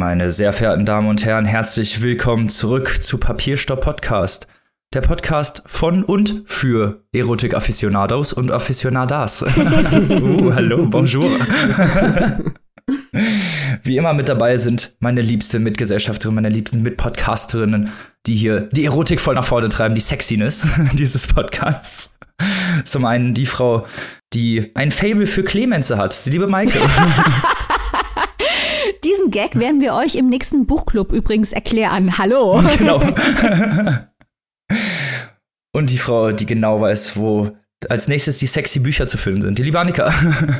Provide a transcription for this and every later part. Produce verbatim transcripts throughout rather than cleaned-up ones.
Meine sehr verehrten Damen und Herren, herzlich willkommen zurück zu Papierstopp Podcast. Der Podcast von und für Erotik-Afficionados und Afficionadas. uh, hallo, bonjour. Wie immer mit dabei sind meine liebste Mitgesellschafterin, meine liebsten Mitpodcasterinnen, die hier die Erotik voll nach vorne treiben, die Sexiness dieses Podcasts. Zum einen die Frau, die ein Faible für Clemenze hat, die liebe Maike. Diesen Gag werden wir euch im nächsten Buchclub übrigens erklären. Hallo. Genau. Und die Frau, die genau weiß, wo als nächstes die sexy Bücher zu finden sind. Die liebe Annika.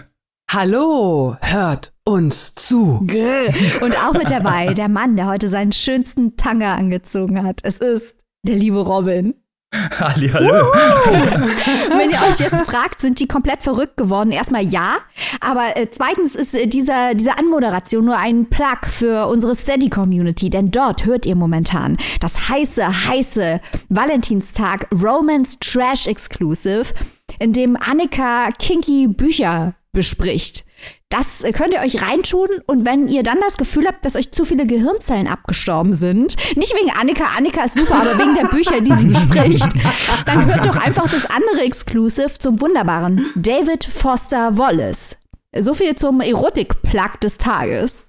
Hallo, hört uns zu. Und auch mit dabei der Mann, der heute seinen schönsten Tanga angezogen hat. Es ist der liebe Robin. Halli, hallo. Wenn ihr euch jetzt fragt, sind die komplett verrückt geworden? Erstmal ja, aber äh, zweitens ist äh, dieser, diese Anmoderation nur ein Plug für unsere Steady-Community, denn dort hört ihr momentan das heiße, heiße Valentinstag Romance Trash Exclusive, in dem Annika kinky Bücher bespricht. Das könnt ihr euch reintun und wenn ihr dann das Gefühl habt, dass euch zu viele Gehirnzellen abgestorben sind, nicht wegen Annika, Annika ist super, aber wegen der Bücher, die sie bespricht, dann hört doch einfach das andere Exclusive zum wunderbaren David Foster Wallace. So viel zum Erotik-Plug des Tages.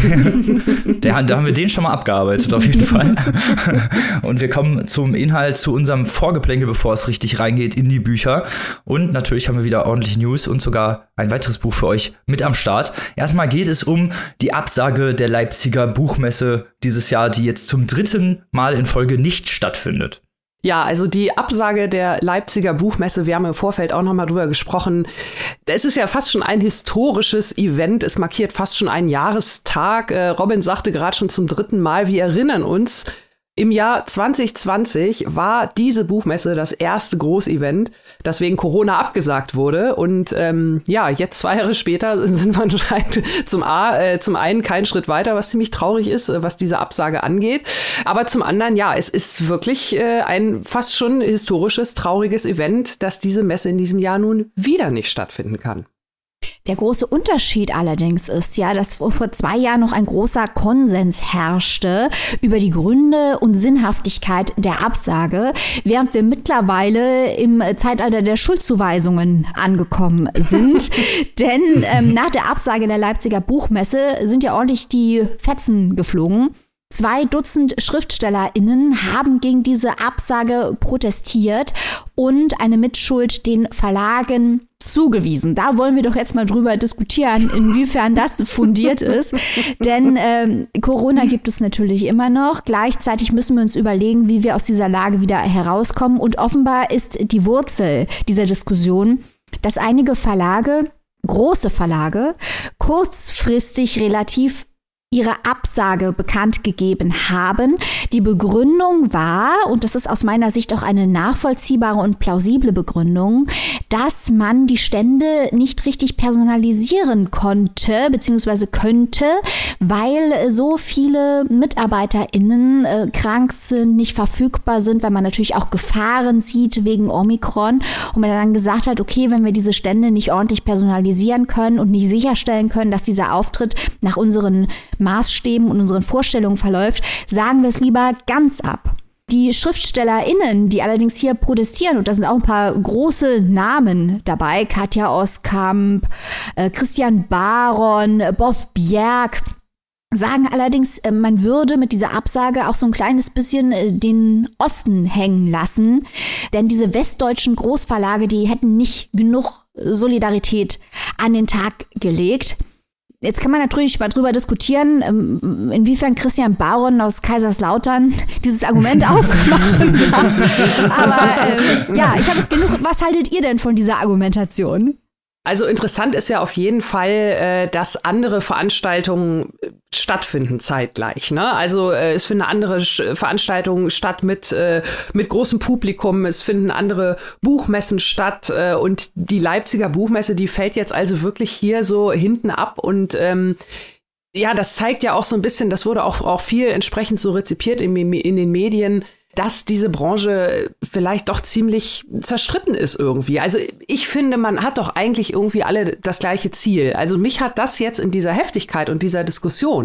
Der, da haben wir den schon mal abgearbeitet, auf jeden Fall. Und wir kommen zum Inhalt, zu unserem Vorgeplänkel, bevor es richtig reingeht in die Bücher. Und natürlich haben wir wieder ordentlich News und sogar ein weiteres Buch für euch mit am Start. Erstmal geht es um die Absage der Leipziger Buchmesse dieses Jahr, die jetzt zum dritten Mal in Folge nicht stattfindet. Ja, also die Absage der Leipziger Buchmesse, wir haben im Vorfeld auch noch mal drüber gesprochen. Es ist ja fast schon ein historisches Event, es markiert fast schon einen Jahrestag. Äh, Robin sagte gerade schon zum dritten Mal, wir erinnern uns, im Jahr zwanzig zwanzig war diese Buchmesse das erste Großevent, das wegen Corona abgesagt wurde. Und ähm, ja, jetzt zwei Jahre später sind wir anscheinend zum, A, äh, zum einen keinen Schritt weiter, was ziemlich traurig ist, was diese Absage angeht. Aber zum anderen, ja, es ist wirklich äh, ein fast schon historisches, trauriges Event, dass diese Messe in diesem Jahr nun wieder nicht stattfinden kann. Der große Unterschied allerdings ist ja, dass vor zwei Jahren noch ein großer Konsens herrschte über die Gründe und Sinnhaftigkeit der Absage, während wir mittlerweile im Zeitalter der Schuldzuweisungen angekommen sind. Denn ähm, nach der Absage der Leipziger Buchmesse sind ja ordentlich die Fetzen geflogen. Zwei Dutzend SchriftstellerInnen haben gegen diese Absage protestiert und eine Mitschuld den Verlagen zugewiesen. Da wollen wir doch jetzt mal drüber diskutieren, inwiefern das fundiert ist. Denn ähm, Corona gibt es natürlich immer noch. Gleichzeitig müssen wir uns überlegen, wie wir aus dieser Lage wieder herauskommen. Und offenbar ist die Wurzel dieser Diskussion, dass einige Verlage, große Verlage, kurzfristig relativ ihre Absage bekannt gegeben haben. Die Begründung war, und das ist aus meiner Sicht auch eine nachvollziehbare und plausible Begründung, dass man die Stände nicht richtig personalisieren konnte, beziehungsweise könnte, weil so viele MitarbeiterInnen äh, krank sind, nicht verfügbar sind, weil man natürlich auch Gefahren sieht wegen Omikron und man dann gesagt hat, okay, wenn wir diese Stände nicht ordentlich personalisieren können und nicht sicherstellen können, dass dieser Auftritt nach unseren Maßstäben und unseren Vorstellungen verläuft, sagen wir es lieber ganz ab. Die SchriftstellerInnen, die allerdings hier protestieren, und da sind auch ein paar große Namen dabei, Katja Oskamp, äh, Christian Baron, Boff Bjerg, sagen allerdings, äh, man würde mit dieser Absage auch so ein kleines bisschen äh, den Osten hängen lassen, denn diese westdeutschen Großverlage, die hätten nicht genug Solidarität an den Tag gelegt. Jetzt kann man natürlich mal drüber diskutieren, inwiefern Christian Baron aus Kaiserslautern dieses Argument aufgemacht hat. Aber ähm, ja, ich habe jetzt genug. Was haltet ihr denn von dieser Argumentation? Also interessant ist ja auf jeden Fall, äh, dass andere Veranstaltungen stattfinden zeitgleich. Ne? Also äh, es finden andere Sch- Veranstaltungen statt mit, äh, mit großem Publikum, es finden andere Buchmessen statt äh, und die Leipziger Buchmesse, die fällt jetzt also wirklich hier so hinten ab und ähm, ja, das zeigt ja auch so ein bisschen, das wurde auch, auch viel entsprechend so rezipiert in, in den Medien, dass diese Branche vielleicht doch ziemlich zerstritten ist irgendwie. Also ich finde, man hat doch eigentlich irgendwie alle das gleiche Ziel. Also mich hat das jetzt in dieser Heftigkeit und dieser Diskussion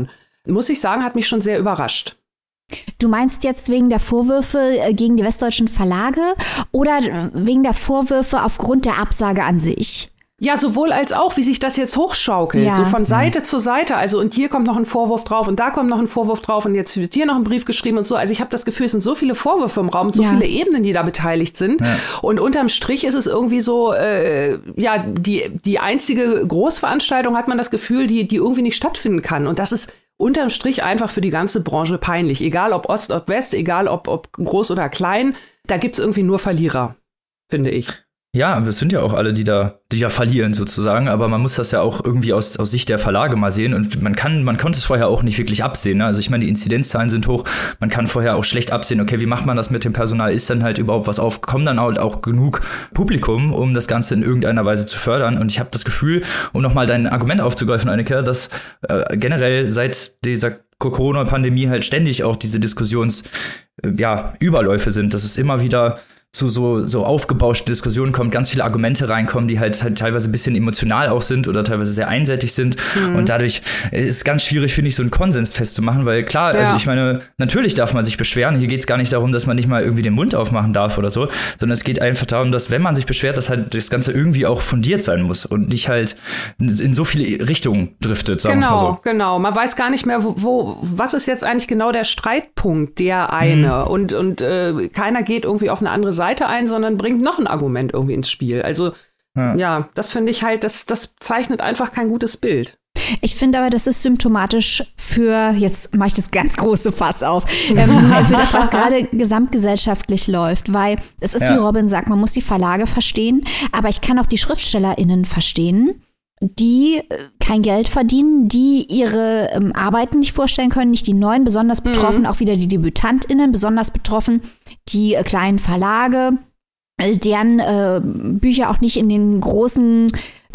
muss ich sagen, hat mich schon sehr überrascht. Du meinst jetzt wegen der Vorwürfe gegen die westdeutschen Verlage oder wegen der Vorwürfe aufgrund der Absage an sich? Ja, sowohl als auch, wie sich das jetzt hochschaukelt, ja. so von Seite mhm. zu Seite. Also und hier kommt noch ein Vorwurf drauf und da kommt noch ein Vorwurf drauf und jetzt wird hier noch ein Brief geschrieben und so. Also ich habe das Gefühl, es sind so viele Vorwürfe im Raum, so ja. viele Ebenen, die da beteiligt sind. Ja. Und unterm Strich ist es irgendwie so, äh, ja, die die einzige Großveranstaltung, hat man das Gefühl, die die irgendwie nicht stattfinden kann. Und das ist unterm Strich einfach für die ganze Branche peinlich. Egal ob Ost, ob West, egal ob ob groß oder klein, da gibt's irgendwie nur Verlierer, finde ich. Ja, es sind ja auch alle, die da, die da verlieren sozusagen, aber man muss das ja auch irgendwie aus, aus Sicht der Verlage mal sehen und man kann, man konnte es vorher auch nicht wirklich absehen, ne? Also ich meine, die Inzidenzzahlen sind hoch, man kann vorher auch schlecht absehen, okay, wie macht man das mit dem Personal, ist dann halt überhaupt was auf, kommt dann auch, auch genug Publikum, um das Ganze in irgendeiner Weise zu fördern und ich habe das Gefühl, um nochmal dein Argument aufzugreifen, Annika, dass äh, generell seit dieser Corona-Pandemie halt ständig auch diese Diskussions, äh, ja, Überläufe sind, dass es immer wieder zu so, so aufgebauschten Diskussionen kommt, ganz viele Argumente reinkommen, die halt, halt teilweise ein bisschen emotional auch sind oder teilweise sehr einseitig sind. Mhm. Und dadurch ist es ganz schwierig, finde ich, so einen Konsens festzumachen, weil klar, ja. also ich meine, natürlich darf man sich beschweren. Hier geht es gar nicht darum, dass man nicht mal irgendwie den Mund aufmachen darf oder so, sondern es geht einfach darum, dass, wenn man sich beschwert, dass halt das Ganze irgendwie auch fundiert sein muss und nicht halt in so viele Richtungen driftet, sagen wir genau, mal so. Genau, man weiß gar nicht mehr, wo, wo, was ist jetzt eigentlich genau der Streitpunkt, der eine. Mhm. Und, und äh, keiner geht irgendwie auf eine andere Seite ein, sondern bringt noch ein Argument irgendwie ins Spiel. Also ja, ja das finde ich halt, das, das zeichnet einfach kein gutes Bild. Ich finde aber, das ist symptomatisch für, jetzt mache ich das ganz große Fass auf, ähm, für das, was gerade gesamtgesellschaftlich läuft. Weil es ist, ja. wie Robin sagt, man muss die Verlage verstehen, aber ich kann auch die SchriftstellerInnen verstehen, die kein Geld verdienen, die ihre ähm, Arbeiten nicht vorstellen können, nicht die neuen, besonders betroffen, mhm. auch wieder die DebütantInnen, besonders betroffen, die äh, kleinen Verlage, äh, deren äh, Bücher auch nicht in den großen,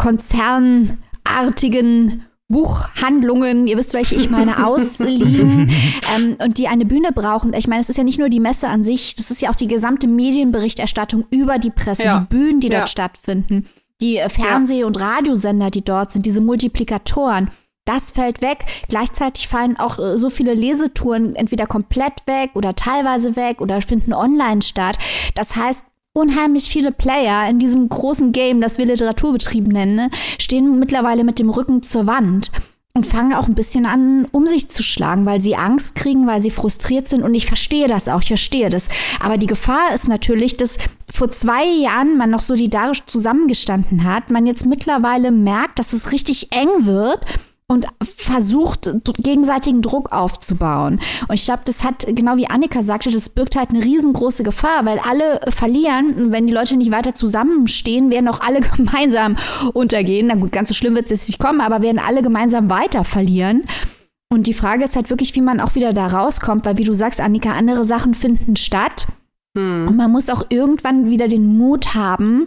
konzernartigen Buchhandlungen, ihr wisst, welche ich meine, ausliegen ähm, und die eine Bühne brauchen. Ich meine, es ist ja nicht nur die Messe an sich, das ist ja auch die gesamte Medienberichterstattung über die Presse, ja. die Bühnen, die ja. dort stattfinden. Die Fernseh- ja. und Radiosender, die dort sind, diese Multiplikatoren, das fällt weg. Gleichzeitig fallen auch äh, so viele Lesetouren entweder komplett weg oder teilweise weg oder finden online statt. Das heißt, unheimlich viele Player in diesem großen Game, das wir Literaturbetrieb nennen, ne, stehen mittlerweile mit dem Rücken zur Wand und fangen auch ein bisschen an, um sich zu schlagen, weil sie Angst kriegen, weil sie frustriert sind. Und ich verstehe das auch, ich verstehe das. Aber die Gefahr ist natürlich, dass vor zwei Jahren man noch solidarisch zusammengestanden hat, man jetzt mittlerweile merkt, dass es richtig eng wird und versucht, gegenseitigen Druck aufzubauen. Und ich glaube, das hat, genau wie Annika sagte, das birgt halt eine riesengroße Gefahr, weil alle verlieren. Und wenn die Leute nicht weiter zusammenstehen, werden auch alle gemeinsam untergehen. Na gut, ganz so schlimm wird es jetzt nicht kommen, aber werden alle gemeinsam weiter verlieren. Und die Frage ist halt wirklich, wie man auch wieder da rauskommt, weil wie du sagst, Annika, andere Sachen finden statt. Hm. Und man muss auch irgendwann wieder den Mut haben,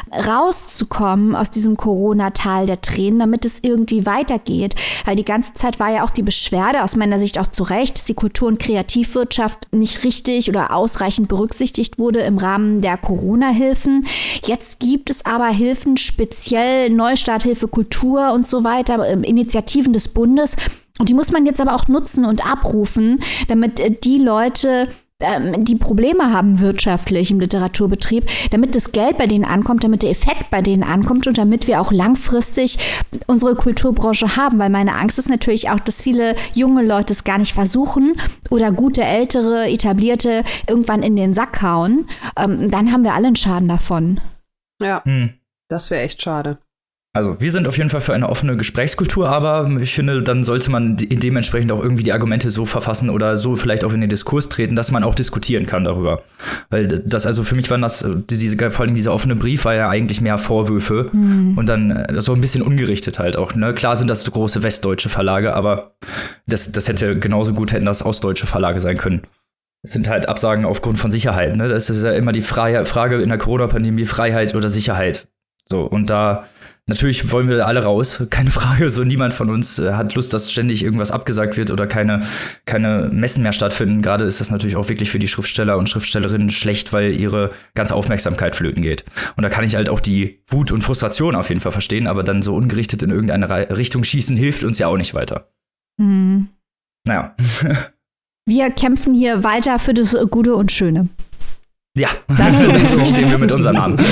rauszukommen aus diesem Corona-Tal der Tränen, damit es irgendwie weitergeht. Weil die ganze Zeit war ja auch die Beschwerde, aus meiner Sicht auch zu Recht, dass die Kultur- und Kreativwirtschaft nicht richtig oder ausreichend berücksichtigt wurde im Rahmen der Corona-Hilfen. Jetzt gibt es aber Hilfen, speziell Neustarthilfe Kultur und so weiter, Initiativen des Bundes. Und die muss man jetzt aber auch nutzen und abrufen, damit die Leute, die Probleme haben wirtschaftlich im Literaturbetrieb, damit das Geld bei denen ankommt, damit der Effekt bei denen ankommt und damit wir auch langfristig unsere Kulturbranche haben. Weil meine Angst ist natürlich auch, dass viele junge Leute es gar nicht versuchen oder gute, ältere, etablierte irgendwann in den Sack hauen. Ähm, dann haben wir alle einen Schaden davon. Ja, hm. das wäre echt schade. Also wir sind auf jeden Fall für eine offene Gesprächskultur, aber ich finde, dann sollte man de- dementsprechend auch irgendwie die Argumente so verfassen oder so vielleicht auch in den Diskurs treten, dass man auch diskutieren kann darüber. Weil das, also für mich waren das, diese, vor allem dieser offene Brief war ja eigentlich mehr Vorwürfe mhm. und dann so ein bisschen ungerichtet halt auch. Ne? Klar sind das große westdeutsche Verlage, aber das, das hätte genauso gut, hätten das ostdeutsche Verlage sein können. Es sind halt Absagen aufgrund von Sicherheit. Ne? Das ist ja immer die Freie, Frage in der Corona-Pandemie, Freiheit oder Sicherheit. So, und da natürlich wollen wir alle raus, keine Frage, so niemand von uns äh, hat Lust, dass ständig irgendwas abgesagt wird oder keine, keine Messen mehr stattfinden. Gerade ist das natürlich auch wirklich für die Schriftsteller und Schriftstellerinnen schlecht, weil ihre ganze Aufmerksamkeit flöten geht. Und da kann ich halt auch die Wut und Frustration auf jeden Fall verstehen, aber dann so ungerichtet in irgendeine Richtung schießen hilft uns ja auch nicht weiter. Mhm. naja. Wir kämpfen hier weiter für das Gute und Schöne. Ja, das so stehen wir mit unserem Namen.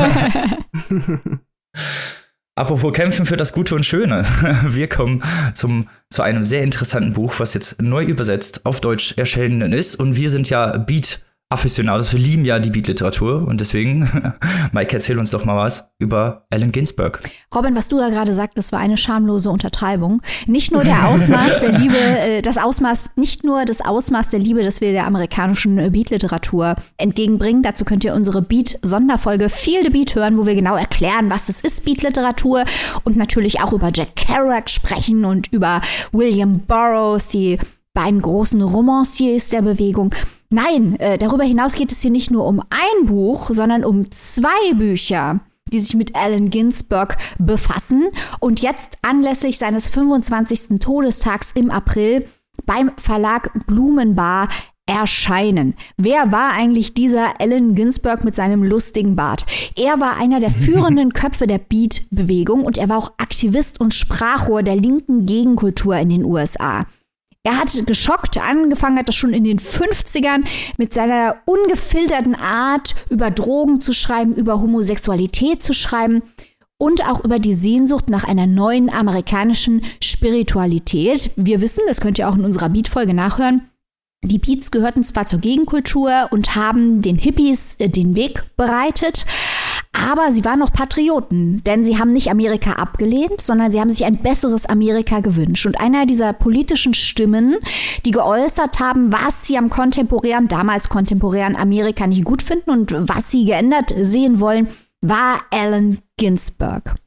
Apropos Kämpfen für das Gute und Schöne. Wir kommen zum, zu einem sehr interessanten Buch, was jetzt neu übersetzt auf Deutsch erschienen ist. Und wir sind ja Beat-Afficionados. Wir lieben ja die Beat-Literatur. Und deswegen, Maike, erzähl uns doch mal was über Allen Ginsberg. Robin, was du ja gerade sagtest, war eine schamlose Untertreibung. Nicht nur der Ausmaß der Liebe, das Ausmaß, nicht nur das Ausmaß der Liebe, das wir der amerikanischen Beat-Literatur entgegenbringen. Dazu könnt ihr unsere Beat-Sonderfolge Feel the Beat hören, wo wir genau erklären, was es ist, Beat-Literatur. Und natürlich auch über Jack Kerouac sprechen und über William Burroughs, die beiden großen Romanciers der Bewegung. Nein, äh, darüber hinaus geht es hier nicht nur um ein Buch, sondern um zwei Bücher, die sich mit Allen Ginsberg befassen und jetzt anlässlich seines fünfundzwanzigsten Todestags im April beim Verlag Blumenbar erscheinen. Wer war eigentlich dieser Allen Ginsberg mit seinem lustigen Bart? Er war einer der führenden Köpfe der Beat-Bewegung und er war auch Aktivist und Sprachrohr der linken Gegenkultur in den U S A. Er hat geschockt, angefangen hat das schon in den fünfzigern mit seiner ungefilterten Art, über Drogen zu schreiben, über Homosexualität zu schreiben und auch über die Sehnsucht nach einer neuen amerikanischen Spiritualität. Wir wissen, das könnt ihr auch in unserer Beat-Folge nachhören, die Beats gehörten zwar zur Gegenkultur und haben den Hippies äh, den Weg bereitet, aber sie waren noch Patrioten, denn sie haben nicht Amerika abgelehnt, sondern sie haben sich ein besseres Amerika gewünscht. Und einer dieser politischen Stimmen, die geäußert haben, was sie am kontemporären, damals kontemporären Amerika nicht gut finden und was sie geändert sehen wollen, war Allen Ginsberg.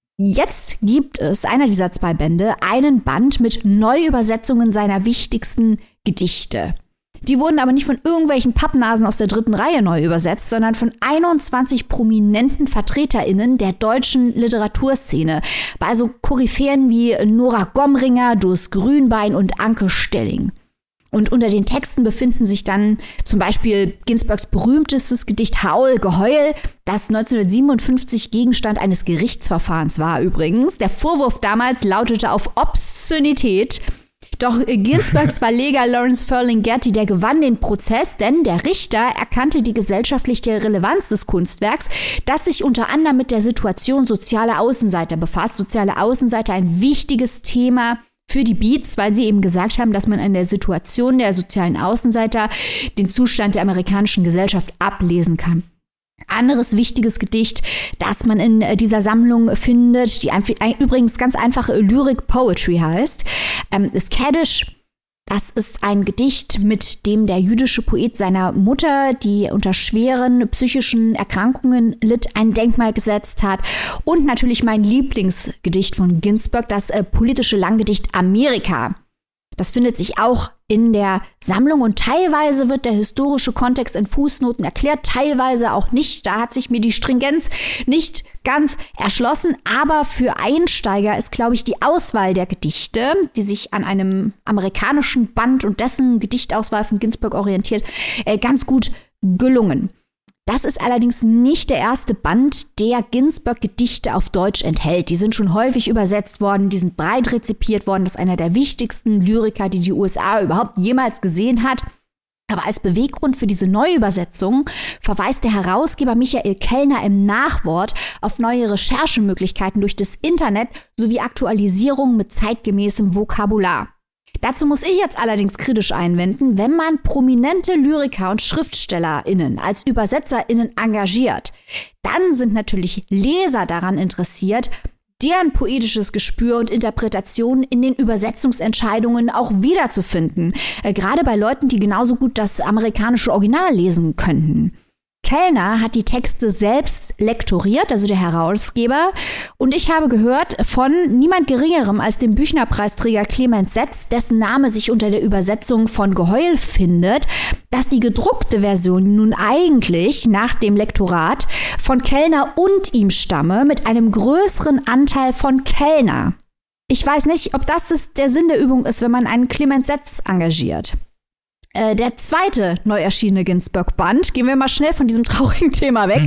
Jetzt gibt es, einer dieser zwei Bände, einen Band mit Neuübersetzungen seiner wichtigsten Gedichte. Die wurden aber nicht von irgendwelchen Pappnasen aus der dritten Reihe neu übersetzt, sondern von einundzwanzig prominenten VertreterInnen der deutschen Literaturszene. Bei so Koryphäen wie Nora Gomringer, Durst Grünbein und Anke Stelling. Und unter den Texten befinden sich dann zum Beispiel Ginsbergs berühmtestes Gedicht Haul, Geheul, das neunzehnhundertsiebenundfünfzig Gegenstand eines Gerichtsverfahrens war übrigens. Der Vorwurf damals lautete auf Obszönität. Doch Ginsbergs Verleger Lawrence Ferlinghetti, der gewann den Prozess, denn der Richter erkannte die gesellschaftliche Relevanz des Kunstwerks, das sich unter anderem mit der Situation sozialer Außenseiter befasst. Soziale Außenseiter, ein wichtiges Thema für die Beats, weil sie eben gesagt haben, dass man an der Situation der sozialen Außenseiter den Zustand der amerikanischen Gesellschaft ablesen kann. Anderes wichtiges Gedicht, das man in dieser Sammlung findet, die übrigens ganz einfach Lyric Poetry heißt, ist Kaddish. Das ist ein Gedicht, mit dem der jüdische Poet seiner Mutter, die unter schweren psychischen Erkrankungen litt, ein Denkmal gesetzt hat. Und natürlich mein Lieblingsgedicht von Ginsberg, das äh, politische Langgedicht Amerika. Das findet sich auch in der Sammlung und teilweise wird der historische Kontext in Fußnoten erklärt, teilweise auch nicht. Da hat sich mir die Stringenz nicht ganz erschlossen, aber für Einsteiger ist, glaube ich, die Auswahl der Gedichte, die sich an einem amerikanischen Band und dessen Gedichtauswahl von Ginsberg orientiert, äh, ganz gut gelungen. Das ist allerdings nicht der erste Band, der Ginsberg-Gedichte auf Deutsch enthält. Die sind schon häufig übersetzt worden, die sind breit rezipiert worden. Das ist einer der wichtigsten Lyriker, die die U S A überhaupt jemals gesehen hat. Aber als Beweggrund für diese Neuübersetzung verweist der Herausgeber Michael Kellner im Nachwort auf neue Recherchemöglichkeiten durch das Internet sowie Aktualisierung mit zeitgemäßem Vokabular. Dazu muss ich jetzt allerdings kritisch einwenden, wenn man prominente Lyriker und SchriftstellerInnen als ÜbersetzerInnen engagiert, dann sind natürlich Leser daran interessiert, deren poetisches Gespür und Interpretation in den Übersetzungsentscheidungen auch wiederzufinden. Äh, gerade bei Leuten, die genauso gut das amerikanische Original lesen könnten. Kellner hat die Texte selbst lektoriert, also der Herausgeber. Und ich habe gehört von niemand Geringerem als dem Büchner-Preisträger Clemens Setz, dessen Name sich unter der Übersetzung von Geheul findet, dass die gedruckte Version nun eigentlich nach dem Lektorat von Kellner und ihm stamme, mit einem größeren Anteil von Kellner. Ich weiß nicht, ob das ist der Sinn der Übung ist, wenn man einen Clemens Setz engagiert. Äh, der zweite neu erschienene Ginsberg-Band, gehen wir mal schnell von diesem traurigen Thema weg,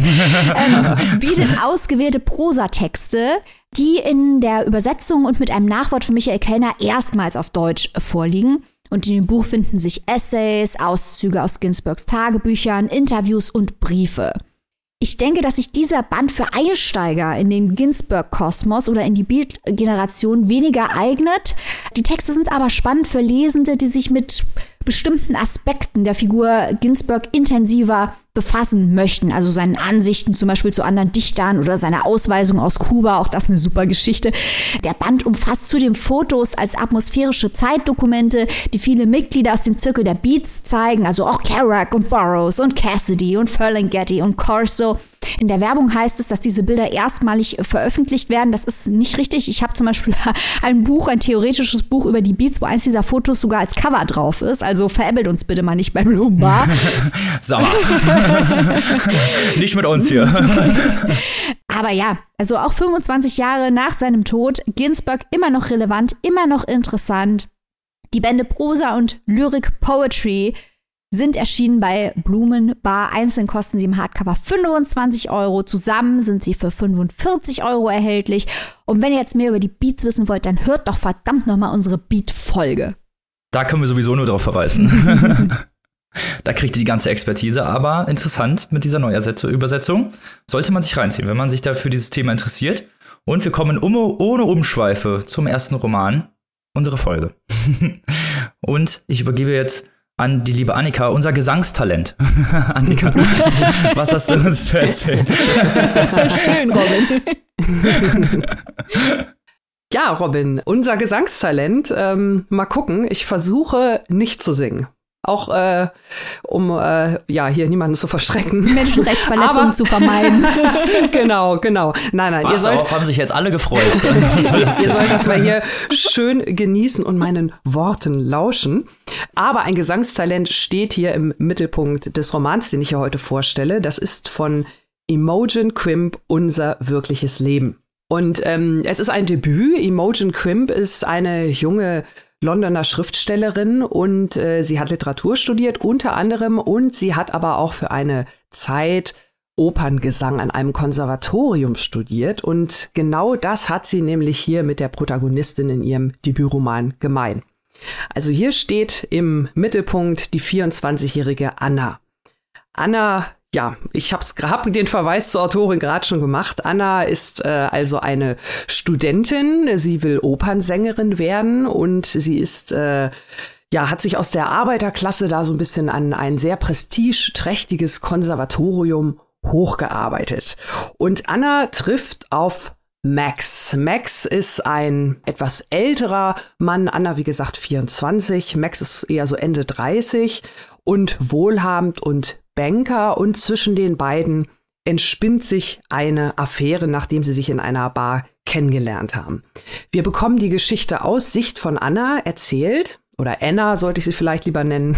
ähm, bietet ausgewählte Prosatexte, die in der Übersetzung und mit einem Nachwort von Michael Kellner erstmals auf Deutsch vorliegen. Und in dem Buch finden sich Essays, Auszüge aus Ginsbergs Tagebüchern, Interviews und Briefe. Ich denke, dass sich dieser Band für Einsteiger in den Ginsberg-Kosmos oder in die Beat-Generation weniger eignet. Die Texte sind aber spannend für Lesende, die sich mit bestimmten Aspekten der Figur Ginsberg intensiver befassen möchten. Also seinen Ansichten zum Beispiel zu anderen Dichtern oder seine Ausweisung aus Kuba. Auch das eine super Geschichte. Der Band umfasst zudem Fotos als atmosphärische Zeitdokumente, die viele Mitglieder aus dem Zirkel der Beats zeigen. Also auch Kerouac und Burroughs und Cassidy und Ferlinghetti und Corso. In der Werbung heißt es, dass diese Bilder erstmalig veröffentlicht werden. Das ist nicht richtig. Ich habe zum Beispiel ein Buch, ein theoretisches Buch über die Beats, wo eins dieser Fotos sogar als Cover drauf ist. Also veräppelt uns bitte mal nicht beim Blumenbar. Sag mal. Nicht mit uns hier. Aber ja, also auch fünfundzwanzig Jahre nach seinem Tod, Ginsberg immer noch relevant, immer noch interessant. Die Bände Prosa und Lyric Poetry sind erschienen bei Blumenbar. Einzeln kosten sie im Hardcover fünfundzwanzig Euro. Zusammen sind sie für fünfundvierzig Euro erhältlich. Und wenn ihr jetzt mehr über die Beats wissen wollt, dann hört doch verdammt noch mal unsere Beat-Folge. Da können wir sowieso nur darauf verweisen. Da kriegt ihr die ganze Expertise, aber interessant mit dieser Neuübersetzung. Sollte man sich reinziehen, wenn man sich da für dieses Thema interessiert. Und wir kommen um, ohne Umschweife zum ersten Roman unserer Folge. Und ich übergebe jetzt an die liebe Annika, unser Gesangstalent. Annika, was hast du uns zu erzählen? Schön, Robin. Ja, Robin, unser Gesangstalent. Ähm, mal gucken, ich versuche nicht zu singen. Auch äh, um äh, ja hier niemanden zu verschrecken. Menschenrechtsverletzungen zu vermeiden. Genau, genau. Nein, nein. Was, ihr sollt, darauf haben sich jetzt alle gefreut. Was soll das ihr sollt das mal hier schön genießen und meinen Worten lauschen. Aber ein Gesangstalent steht hier im Mittelpunkt des Romans, den ich hier heute vorstelle. Das ist von Imogen Quimp, Unser wirkliches Leben. Und ähm, es ist ein Debüt. Imogen Quimp ist eine junge Londoner Schriftstellerin und äh, sie hat Literatur studiert unter anderem und sie hat aber auch für eine Zeit Operngesang an einem Konservatorium studiert und genau das hat sie nämlich hier mit der Protagonistin in ihrem Debütroman gemein. Also hier steht im Mittelpunkt die vierundzwanzigjährige Anna. Anna, ja, ich habe hab den Verweis zur Autorin gerade schon gemacht. Anna ist äh, also eine Studentin. Sie will Opernsängerin werden und sie ist, äh, ja, hat sich aus der Arbeiterklasse da so ein bisschen an ein sehr prestigeträchtiges Konservatorium hochgearbeitet. Und Anna trifft auf Max. Max ist ein etwas älterer Mann. Anna, wie gesagt, vierundzwanzig. Max ist eher so Ende dreißig und wohlhabend und Banker. Und zwischen den beiden entspinnt sich eine Affäre, nachdem sie sich in einer Bar kennengelernt haben. Wir bekommen die Geschichte aus Sicht von Anna erzählt. Oder Anna sollte ich sie vielleicht lieber nennen,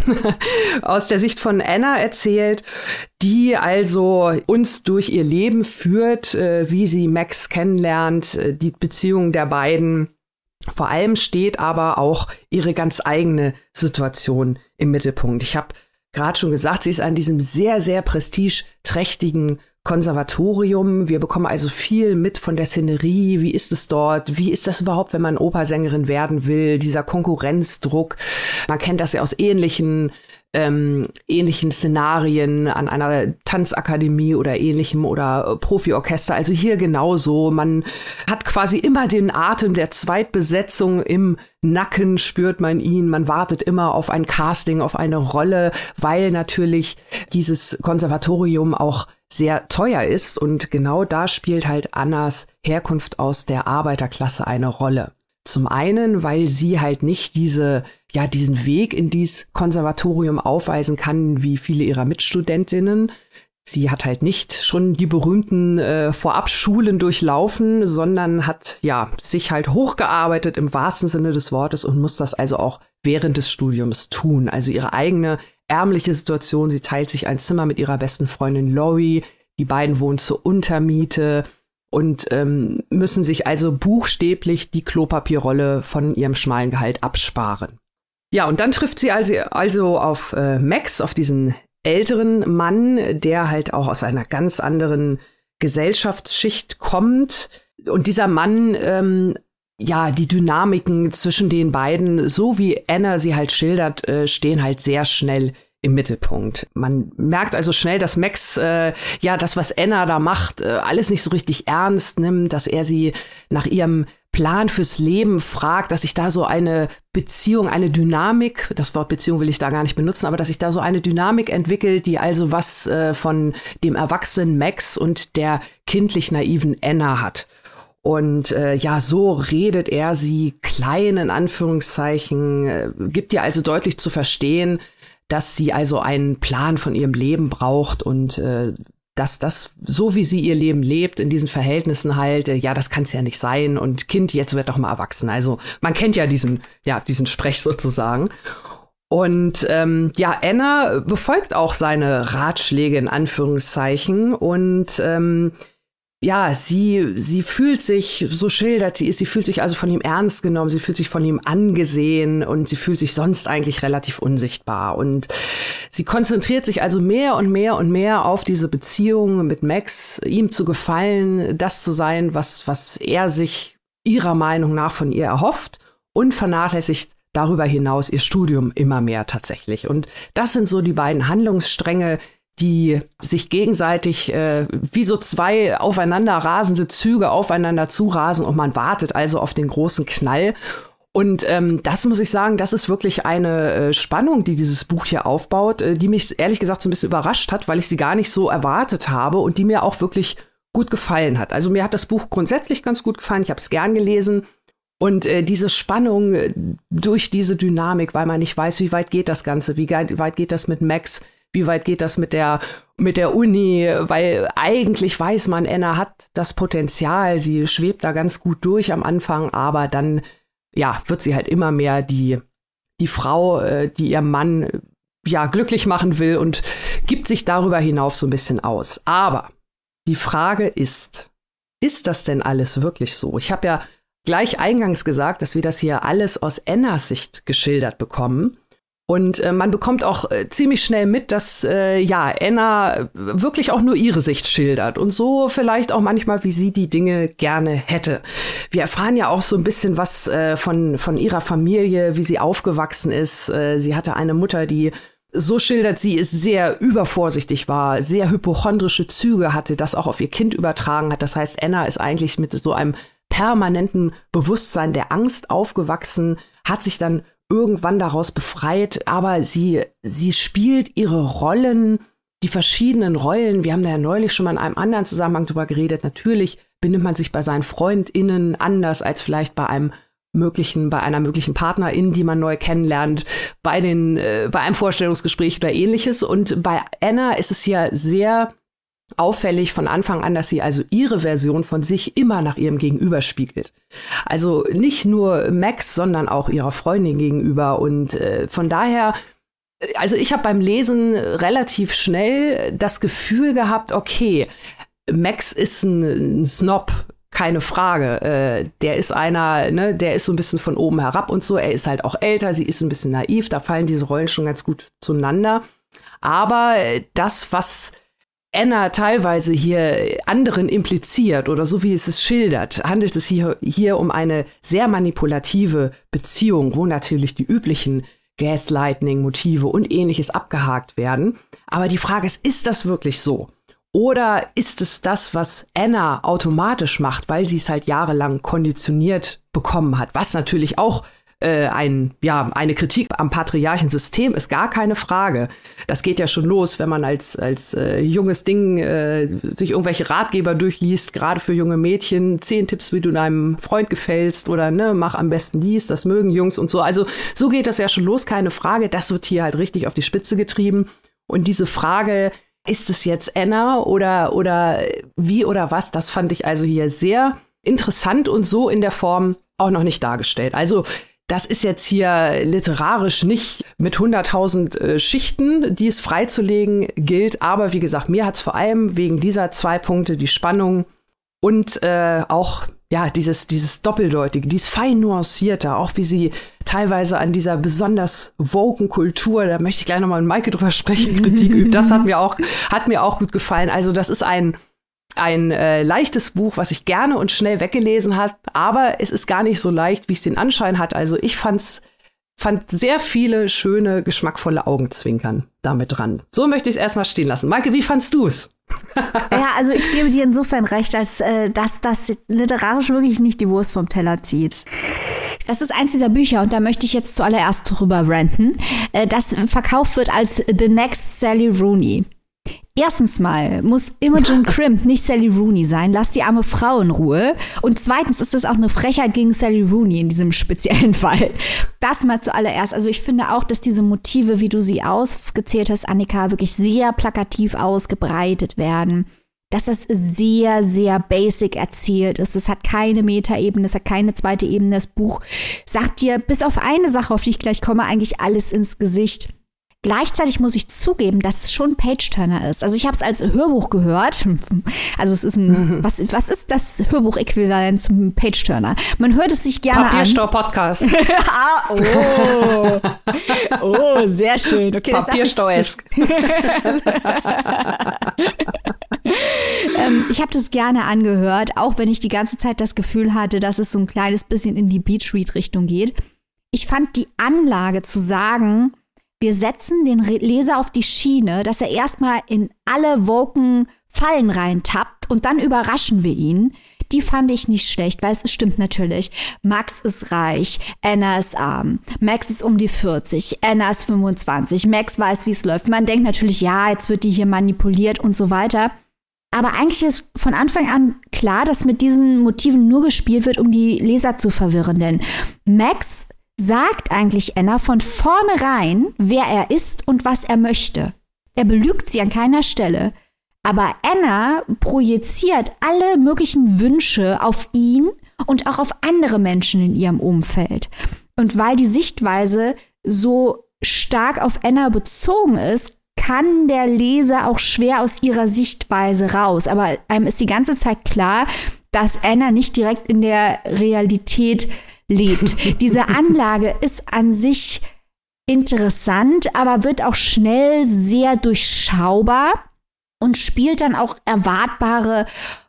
aus der Sicht von Anna erzählt, die also uns durch ihr Leben führt, äh, wie sie Max kennenlernt, äh, die Beziehung der beiden. Vor allem steht aber auch ihre ganz eigene Situation im Mittelpunkt. Ich habe gerade schon gesagt, sie ist an diesem sehr, sehr prestigeträchtigen Konservatorium. Wir bekommen also viel mit von der Szenerie. Wie ist es dort? Wie ist das überhaupt, wenn man Opernsängerin werden will? Dieser Konkurrenzdruck. Man kennt das ja aus ähnlichen ähm, ähnlichen Szenarien an einer Tanzakademie oder ähnlichem oder äh, Profiorchester. Also hier genauso. Man hat quasi immer den Atem der Zweitbesetzung im Nacken, spürt man ihn. Man wartet immer auf ein Casting, auf eine Rolle, weil natürlich dieses Konservatorium auch sehr teuer ist. Und genau da spielt halt Annas Herkunft aus der Arbeiterklasse eine Rolle. Zum einen, weil sie halt nicht diese, ja, diesen Weg in dieses Konservatorium aufweisen kann, wie viele ihrer Mitstudentinnen. Sie hat halt nicht schon die berühmten äh, Vorabschulen durchlaufen, sondern hat, ja, sich halt hochgearbeitet im wahrsten Sinne des Wortes und muss das also auch während des Studiums tun. Also ihre eigene ärmliche Situation. Sie teilt sich ein Zimmer mit ihrer besten Freundin Laurie. Die beiden wohnen zur Untermiete und ähm, müssen sich also buchstäblich die Klopapierrolle von ihrem schmalen Gehalt absparen. Ja, und dann trifft sie also, also auf äh, Max, auf diesen älteren Mann, der halt auch aus einer ganz anderen Gesellschaftsschicht kommt. Und dieser Mann ähm, ja, die Dynamiken zwischen den beiden, so wie Anna sie halt schildert, äh, stehen halt sehr schnell im Mittelpunkt. Man merkt also schnell, dass Max, äh, ja, das, was Anna da macht, äh, alles nicht so richtig ernst nimmt, dass er sie nach ihrem Plan fürs Leben fragt, dass sich da so eine Beziehung, eine Dynamik, das Wort Beziehung will ich da gar nicht benutzen, aber dass sich da so eine Dynamik entwickelt, die also was äh, von dem erwachsenen Max und der kindlich naiven Anna hat. Und äh, ja, so redet er sie klein, in Anführungszeichen, äh, gibt ihr also deutlich zu verstehen, dass sie also einen Plan von ihrem Leben braucht und äh, dass das, so wie sie ihr Leben lebt, in diesen Verhältnissen halt, äh, ja, das kann es ja nicht sein und Kind, jetzt wird doch mal erwachsen. Also man kennt ja diesen, ja, diesen Sprech sozusagen. Und ähm, ja, Anna befolgt auch seine Ratschläge in Anführungszeichen und ähm, ja, sie, sie fühlt sich, so schildert sie es, sie fühlt sich also von ihm ernst genommen, sie fühlt sich von ihm angesehen und sie fühlt sich sonst eigentlich relativ unsichtbar. Und sie konzentriert sich also mehr und mehr und mehr auf diese Beziehung mit Max, ihm zu gefallen, das zu sein, was, was er sich ihrer Meinung nach von ihr erhofft und vernachlässigt darüber hinaus ihr Studium immer mehr tatsächlich. Und das sind so die beiden Handlungsstränge, die sich gegenseitig äh, wie so zwei aufeinander rasende Züge aufeinander zurasen und man wartet also auf den großen Knall. Und ähm, das muss ich sagen, das ist wirklich eine äh, Spannung, die dieses Buch hier aufbaut, äh, die mich ehrlich gesagt so ein bisschen überrascht hat, weil ich sie gar nicht so erwartet habe und die mir auch wirklich gut gefallen hat. Also mir hat das Buch grundsätzlich ganz gut gefallen, ich habe es gern gelesen. Und äh, diese Spannung äh, durch diese Dynamik, weil man nicht weiß, wie weit geht das Ganze, wie ge- weit geht das mit Max, wie weit geht das mit der, mit der Uni, weil eigentlich weiß man, Anna hat das Potenzial, sie schwebt da ganz gut durch am Anfang, aber dann, ja, wird sie halt immer mehr die, die Frau, äh, die ihren Mann, ja, glücklich machen will und gibt sich darüber hinaus so ein bisschen aus. Aber die Frage ist, ist das denn alles wirklich so? Ich habe ja gleich eingangs gesagt, dass wir das hier alles aus Annas Sicht geschildert bekommen. Und äh, man bekommt auch äh, ziemlich schnell mit, dass äh, ja Anna wirklich auch nur ihre Sicht schildert und so vielleicht auch manchmal, wie sie die Dinge gerne hätte. Wir erfahren ja auch so ein bisschen was äh, von von ihrer Familie, wie sie aufgewachsen ist. Äh, sie hatte eine Mutter, die, so schildert sie es, sehr übervorsichtig war, sehr hypochondrische Züge hatte, das auch auf ihr Kind übertragen hat. Das heißt, Anna ist eigentlich mit so einem permanenten Bewusstsein der Angst aufgewachsen, hat sich dann irgendwann daraus befreit, aber sie, sie spielt ihre Rollen, die verschiedenen Rollen. Wir haben da ja neulich schon mal in einem anderen Zusammenhang drüber geredet. Natürlich benimmt man sich bei seinen FreundInnen anders als vielleicht bei einem möglichen, bei einer möglichen Partnerin, die man neu kennenlernt, bei den, äh, bei einem Vorstellungsgespräch oder ähnliches. Und bei Anna ist es ja sehr auffällig von Anfang an, dass sie also ihre Version von sich immer nach ihrem Gegenüber spiegelt. Also nicht nur Max, sondern auch ihrer Freundin gegenüber. Und äh, von daher, also ich habe beim Lesen relativ schnell das Gefühl gehabt, okay, Max ist ein, ein Snob, keine Frage. Äh, der ist einer, ne, der ist so ein bisschen von oben herab und so. Er ist halt auch älter, sie ist ein bisschen naiv, da fallen diese Rollen schon ganz gut zueinander. Aber das, was Anna teilweise hier anderen impliziert oder so wie es es schildert, handelt es hier, hier um eine sehr manipulative Beziehung, wo natürlich die üblichen Gaslighting-Motive und Ähnliches abgehakt werden. Aber die Frage ist, ist das wirklich so? Oder ist es das, was Anna automatisch macht, weil sie es halt jahrelang konditioniert bekommen hat, was natürlich auch Äh, ein, ja, eine Kritik am patriarchischen System ist, gar keine Frage. Das geht ja schon los, wenn man als, als äh, junges Ding äh, sich irgendwelche Ratgeber durchliest, gerade für junge Mädchen, zehn Tipps, wie du deinem Freund gefällst oder ne, mach am besten dies, das mögen Jungs und so. Also so geht das ja schon los, keine Frage. Das wird hier halt richtig auf die Spitze getrieben. Und diese Frage, ist es jetzt Anna oder, oder wie oder was, das fand ich also hier sehr interessant und so in der Form auch noch nicht dargestellt. Also das ist jetzt hier literarisch nicht mit hunderttausend äh, Schichten, die es freizulegen gilt. Aber wie gesagt, mir hat es vor allem wegen dieser zwei Punkte, die Spannung und äh, auch ja dieses, dieses Doppeldeutige, dieses fein nuancierte, auch wie sie teilweise an dieser besonders woken Kultur, da möchte ich gleich nochmal mit Maike drüber sprechen, Kritik übt. Das hat mir auch, hat mir auch gut gefallen. Also das ist ein ein äh, leichtes Buch, was ich gerne und schnell weggelesen habe, aber es ist gar nicht so leicht, wie es den Anschein hat. Also ich fand's, fand sehr viele schöne, geschmackvolle Augenzwinkern damit dran. So möchte ich es erstmal stehen lassen. Maike, wie fandst du's? Ja, also ich gebe dir insofern recht, als äh, dass das literarisch wirklich nicht die Wurst vom Teller zieht. Das ist eins dieser Bücher und da möchte ich jetzt zuallererst drüber ranten, äh, das verkauft wird als The Next Sally Rooney. Erstens mal muss Imogen Crimp nicht Sally Rooney sein, lass die arme Frau in Ruhe. Und zweitens ist es auch eine Frechheit gegen Sally Rooney in diesem speziellen Fall. Das mal zuallererst. Also ich finde auch, dass diese Motive, wie du sie aufgezählt hast, Annika, wirklich sehr plakativ ausgebreitet werden. Dass das sehr, sehr basic erzählt ist. Es hat keine Metaebene, es hat keine zweite Ebene. Das Buch sagt dir bis auf eine Sache, auf die ich gleich komme, eigentlich alles ins Gesicht. Gleichzeitig muss ich zugeben, dass es schon ein Page-Turner ist. Also ich habe es als Hörbuch gehört. Also es ist ein, was, was ist das Hörbuch-Äquivalent zum Page-Turner? Man hört es sich gerne Papierstau-Podcast. ah, oh. oh, sehr schön. Okay, Papierstau-esk. ähm, ich habe das gerne angehört, auch wenn ich die ganze Zeit das Gefühl hatte, dass es so ein kleines bisschen in die Beach-Read-Richtung geht. Ich fand die Anlage zu sagen, wir setzen den Leser auf die Schiene, dass er erstmal in alle woken Fallen reintappt und dann überraschen wir ihn. Die fand ich nicht schlecht, weil es stimmt natürlich. Max ist reich, Anna ist arm, Max ist um die vierzig, Anna ist fünfundzwanzig, Max weiß, wie es läuft. Man denkt natürlich, ja, jetzt wird die hier manipuliert und so weiter. Aber eigentlich ist von Anfang an klar, dass mit diesen Motiven nur gespielt wird, um die Leser zu verwirren. Denn Max sagt eigentlich Anna von vornherein, wer er ist und was er möchte. Er belügt sie an keiner Stelle. Aber Anna projiziert alle möglichen Wünsche auf ihn und auch auf andere Menschen in ihrem Umfeld. Und weil die Sichtweise so stark auf Anna bezogen ist, kann der Leser auch schwer aus ihrer Sichtweise raus. Aber einem ist die ganze Zeit klar, dass Anna nicht direkt in der Realität lebt. Diese Anlage ist an sich interessant, aber wird auch schnell sehr durchschaubar und spielt dann auch erwartbare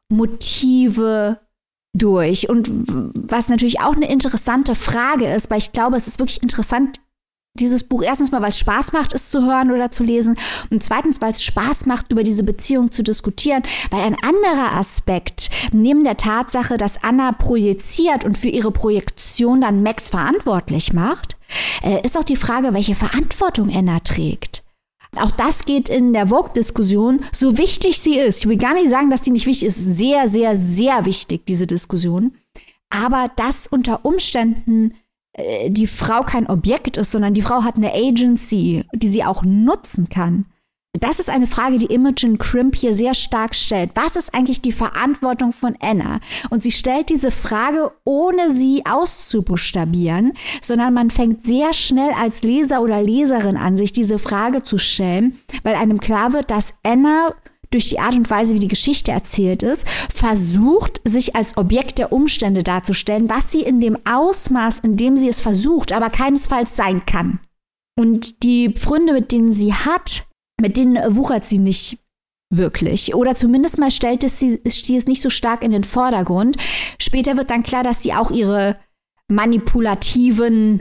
Motive durch. Und was natürlich auch eine interessante Frage ist, weil ich glaube, es ist wirklich interessant, dieses Buch erstens mal, weil es Spaß macht, es zu hören oder zu lesen und zweitens, weil es Spaß macht, über diese Beziehung zu diskutieren, weil ein anderer Aspekt, neben der Tatsache, dass Anna projiziert und für ihre Projektion dann Max verantwortlich macht, äh, ist auch die Frage, welche Verantwortung Anna trägt. Auch das geht in der Vogue-Diskussion, so wichtig sie ist. Ich will gar nicht sagen, dass die nicht wichtig ist. Sehr, sehr, sehr wichtig, diese Diskussion. Aber dass unter Umständen äh, die Frau kein Objekt ist, sondern die Frau hat eine Agency, die sie auch nutzen kann. Das ist eine Frage, die Imogen Crimp hier sehr stark stellt. Was ist eigentlich die Verantwortung von Anna? Und sie stellt diese Frage, ohne sie auszubuchstabieren, sondern man fängt sehr schnell als Leser oder Leserin an, sich diese Frage zu stellen, weil einem klar wird, dass Anna durch die Art und Weise, wie die Geschichte erzählt ist, versucht, sich als Objekt der Umstände darzustellen, was sie in dem Ausmaß, in dem sie es versucht, aber keinesfalls sein kann. Und die Pfründe, mit denen sie hat, mit denen wuchert sie nicht wirklich. Oder zumindest mal stellt es sie, sie es nicht so stark in den Vordergrund. Später wird dann klar, dass sie auch ihre manipulativen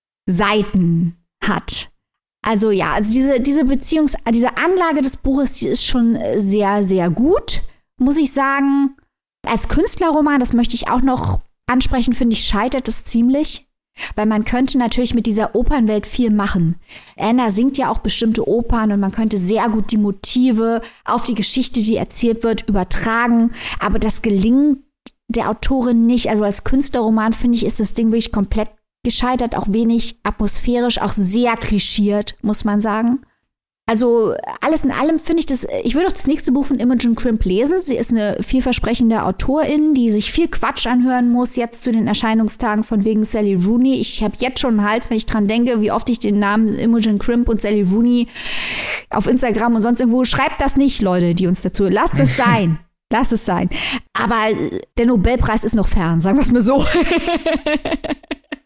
Seiten hat. Also ja, also diese, diese Beziehungs-, diese Anlage des Buches, die ist schon sehr, sehr gut, muss ich sagen. Als Künstlerroman, das möchte ich auch noch ansprechen, finde ich, scheitert es ziemlich. Weil man könnte natürlich mit dieser Opernwelt viel machen. Anna singt ja auch bestimmte Opern und man könnte sehr gut die Motive auf die Geschichte, die erzählt wird, übertragen. Aber das gelingt der Autorin nicht. Also als Künstlerroman, finde ich, ist das Ding wirklich komplett gescheitert. Auch wenig atmosphärisch, auch sehr klischiert, muss man sagen. Also alles in allem finde ich das, ich würde auch das nächste Buch von Imogen Crimp lesen. Sie ist eine vielversprechende Autorin, die sich viel Quatsch anhören muss, jetzt zu den Erscheinungstagen von wegen Sally Rooney. Ich habe jetzt schon einen Hals, wenn ich dran denke, wie oft ich den Namen Imogen Crimp und Sally Rooney auf Instagram und sonst irgendwo, schreibt das nicht, Leute, die uns dazu, lasst es sein. Lasst es sein. Aber der Nobelpreis ist noch fern, sagen wir es mal so.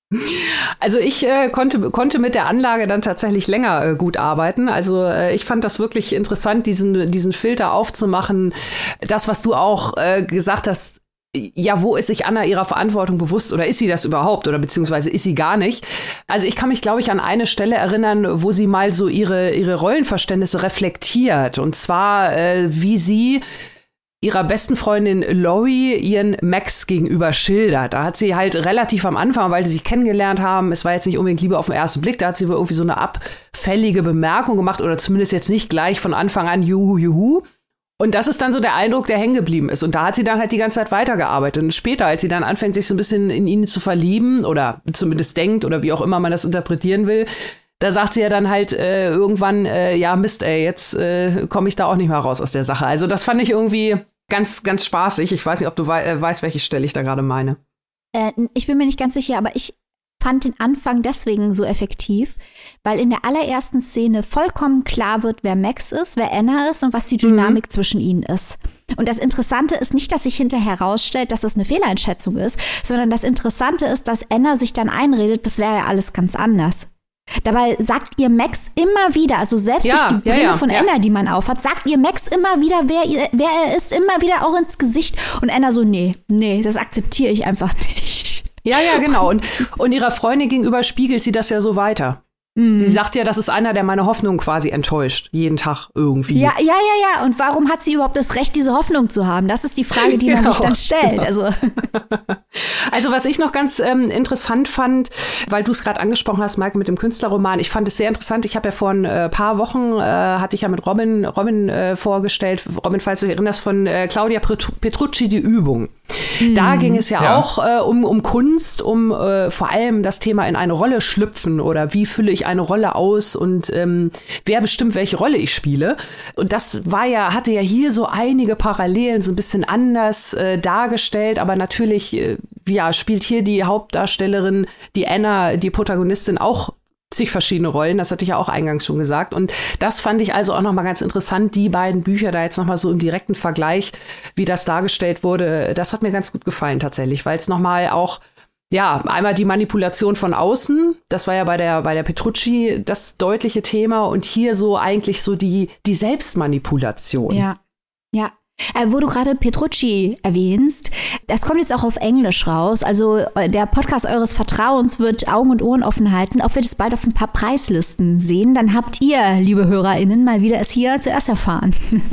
Also ich äh, konnte, konnte mit der Anlage dann tatsächlich länger äh, gut arbeiten. Also äh, ich fand das wirklich interessant, diesen, diesen Filter aufzumachen. Das, was du auch äh, gesagt hast, ja, wo ist sich Anna ihrer Verantwortung bewusst oder ist sie das überhaupt oder beziehungsweise ist sie gar nicht? Also ich kann mich, glaube ich, an eine Stelle erinnern, wo sie mal so ihre, ihre Rollenverständnisse reflektiert. Und zwar, äh, wie sie ihrer besten Freundin Laurie ihren Max gegenüber schildert. Da hat sie halt relativ am Anfang, weil sie sich kennengelernt haben, es war jetzt nicht unbedingt Liebe auf den ersten Blick, da hat sie irgendwie so eine abfällige Bemerkung gemacht oder zumindest jetzt nicht gleich von Anfang an juhu, juhu. Und das ist dann so der Eindruck, der hängen geblieben ist. Und da hat sie dann halt die ganze Zeit weitergearbeitet. Und später, als sie dann anfängt, sich so ein bisschen in ihn zu verlieben oder zumindest denkt oder wie auch immer man das interpretieren will, da sagt sie ja dann halt äh, irgendwann, äh, ja Mist, ey, jetzt äh, komme ich da auch nicht mehr raus aus der Sache. Also das fand ich irgendwie ganz, ganz spaßig. Ich weiß nicht, ob du wei- äh, weißt, welche Stelle ich da gerade meine. Äh, ich bin mir nicht ganz sicher, aber ich fand den Anfang deswegen so effektiv, weil in der allerersten Szene vollkommen klar wird, wer Max ist, wer Anna ist und was die Dynamik mhm. zwischen ihnen ist. Und das Interessante ist nicht, dass sich hinterher herausstellt, dass es eine Fehleinschätzung ist, sondern das Interessante ist, dass Anna sich dann einredet, das wäre ja alles ganz anders. Dabei sagt ihr Max immer wieder, also selbst ja, durch die Brille ja, ja, von ja. Anna, die man aufhat, sagt ihr Max immer wieder, wer, ihr, wer er ist, immer wieder auch ins Gesicht. Und Anna so, nee, nee, das akzeptiere ich einfach nicht. Ja, ja, genau. Und, und ihrer Freundin gegenüber spiegelt sie das ja so weiter. Mm. Sie sagt ja, das ist einer, der meine Hoffnung quasi enttäuscht. Jeden Tag irgendwie. Ja, ja, ja, ja. Und warum hat sie überhaupt das Recht, diese Hoffnung zu haben? Das ist die Frage, die genau. man sich dann stellt. Also, also was ich noch ganz ähm, interessant fand, weil du es gerade angesprochen hast, Maike, mit dem Künstlerroman. Ich fand es sehr interessant. Ich habe ja vor ein äh, paar Wochen, äh, hatte ich ja mit Robin, Robin äh, vorgestellt, Robin, falls du dich erinnerst, von äh, Claudia Petrucci, die Übung. Mm. Da ging es ja, ja. auch äh, um, um Kunst, um äh, vor allem das Thema in eine Rolle schlüpfen oder wie fülle ich eine Rolle aus und ähm, wer bestimmt, welche Rolle ich spiele. Und das war ja, hatte ja hier so einige Parallelen, so ein bisschen anders äh, dargestellt, aber natürlich äh, ja, spielt hier die Hauptdarstellerin, die Anna, die Protagonistin, auch zig verschiedene Rollen, das hatte ich ja auch eingangs schon gesagt. Und das fand ich also auch noch mal ganz interessant, die beiden Bücher da jetzt noch mal so im direkten Vergleich, wie das dargestellt wurde, das hat mir ganz gut gefallen tatsächlich, weil es noch mal auch ja, einmal die Manipulation von außen, das war ja bei der bei der Petrucci das deutliche Thema und hier so eigentlich so die die Selbstmanipulation. Ja, ja. Äh, wo du gerade Petrucci erwähnst, das kommt jetzt auch auf Englisch raus. Also der Podcast eures Vertrauens wird Augen und Ohren offen halten, ob wir das bald auf ein paar Preislisten sehen. Dann habt ihr, liebe HörerInnen, mal wieder es hier zuerst erfahren.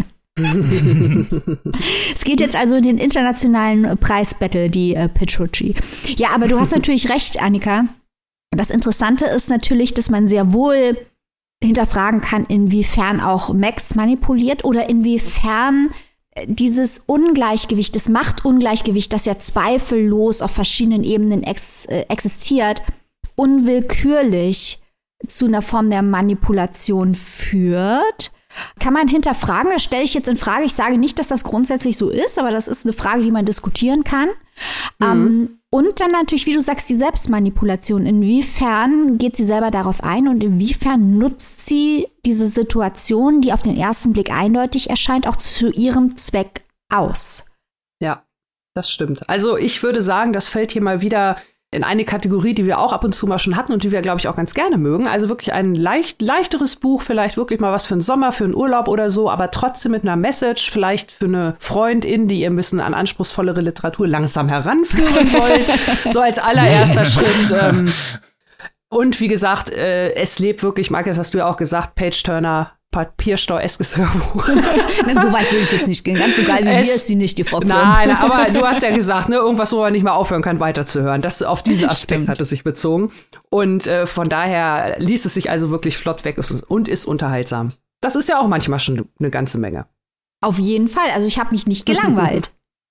Es geht jetzt also in den internationalen Preisbattle, die äh, Petrucci. Ja, aber du hast natürlich recht, Annika. Das Interessante ist natürlich, dass man sehr wohl hinterfragen kann, inwiefern auch Max manipuliert oder inwiefern dieses Ungleichgewicht, das Machtungleichgewicht, das ja zweifellos auf verschiedenen Ebenen ex, äh, existiert, unwillkürlich zu einer Form der Manipulation führt. Kann man hinterfragen, das stelle ich jetzt in Frage. Ich sage nicht, dass das grundsätzlich so ist, aber das ist eine Frage, die man diskutieren kann. Mhm. Ähm, und dann natürlich, wie du sagst, die Selbstmanipulation. Inwiefern geht sie selber darauf ein und inwiefern nutzt sie diese Situation, die auf den ersten Blick eindeutig erscheint, auch zu ihrem Zweck aus? Ja, das stimmt. Also ich würde sagen, das fällt hier mal wieder in eine Kategorie, die wir auch ab und zu mal schon hatten und die wir, glaube ich, auch ganz gerne mögen. Also wirklich ein leicht, leichteres Buch, vielleicht wirklich mal was für einen Sommer, für einen Urlaub oder so, aber trotzdem mit einer Message, vielleicht für eine Freundin, die ihr ein bisschen an anspruchsvollere Literatur langsam heranführen wollt. So als allererster Schritt. Ähm, und wie gesagt, äh, es lebt wirklich, Marc, das hast du ja auch gesagt, Page-Turner, Papierstau-eskes Hörbuch. So weit will ich jetzt nicht gehen. Ganz so geil wie es, wir ist sie nicht, die Frau Klum. Nein, aber du hast ja gesagt, ne, irgendwas, wo man nicht mehr aufhören kann, weiterzuhören. Das, auf diesen Aspekt Stimmt. hat es sich bezogen. Und äh, von daher ließ es sich also wirklich flott weg und ist unterhaltsam. Das ist ja auch manchmal schon eine ganze Menge. Auf jeden Fall. Also ich habe mich nicht gelangweilt.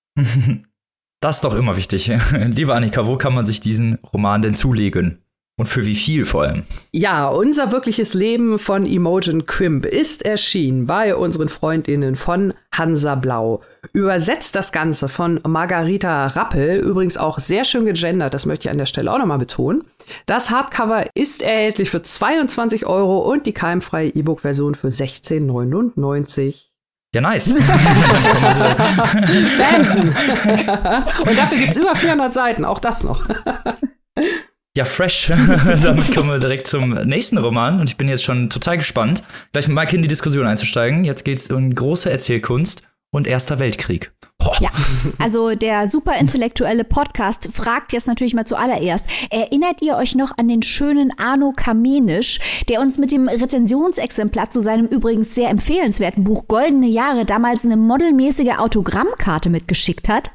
Das ist doch immer wichtig. Liebe Annika, wo kann man sich diesen Roman denn zulegen? Und für wie viel vor allem? Ja, unser wirkliches Leben von Imogen Quimp ist erschienen bei unseren FreundInnen von Hansa Blau. Übersetzt das Ganze von Margarita Rappel, übrigens auch sehr schön gegendert, das möchte ich an der Stelle auch nochmal betonen. Das Hardcover ist erhältlich für zweiundzwanzig Euro und die keimfreie E-Book-Version für sechzehn neunundneunzig. Ja, nice. Bamsen. Und dafür gibt's über vierhundert Seiten, auch das noch. Ja, fresh. Damit kommen wir direkt zum nächsten Roman. Und ich bin jetzt schon total gespannt, gleich mit Mike in die Diskussion einzusteigen. Jetzt geht's um große Erzählkunst und Erster Weltkrieg. Boah. Ja, also der superintellektuelle Podcast fragt jetzt natürlich mal zuallererst, erinnert ihr euch noch an den schönen Arno Kamenisch, der uns mit dem Rezensionsexemplar zu seinem übrigens sehr empfehlenswerten Buch Goldene Jahre damals eine modelmäßige Autogrammkarte mitgeschickt hat?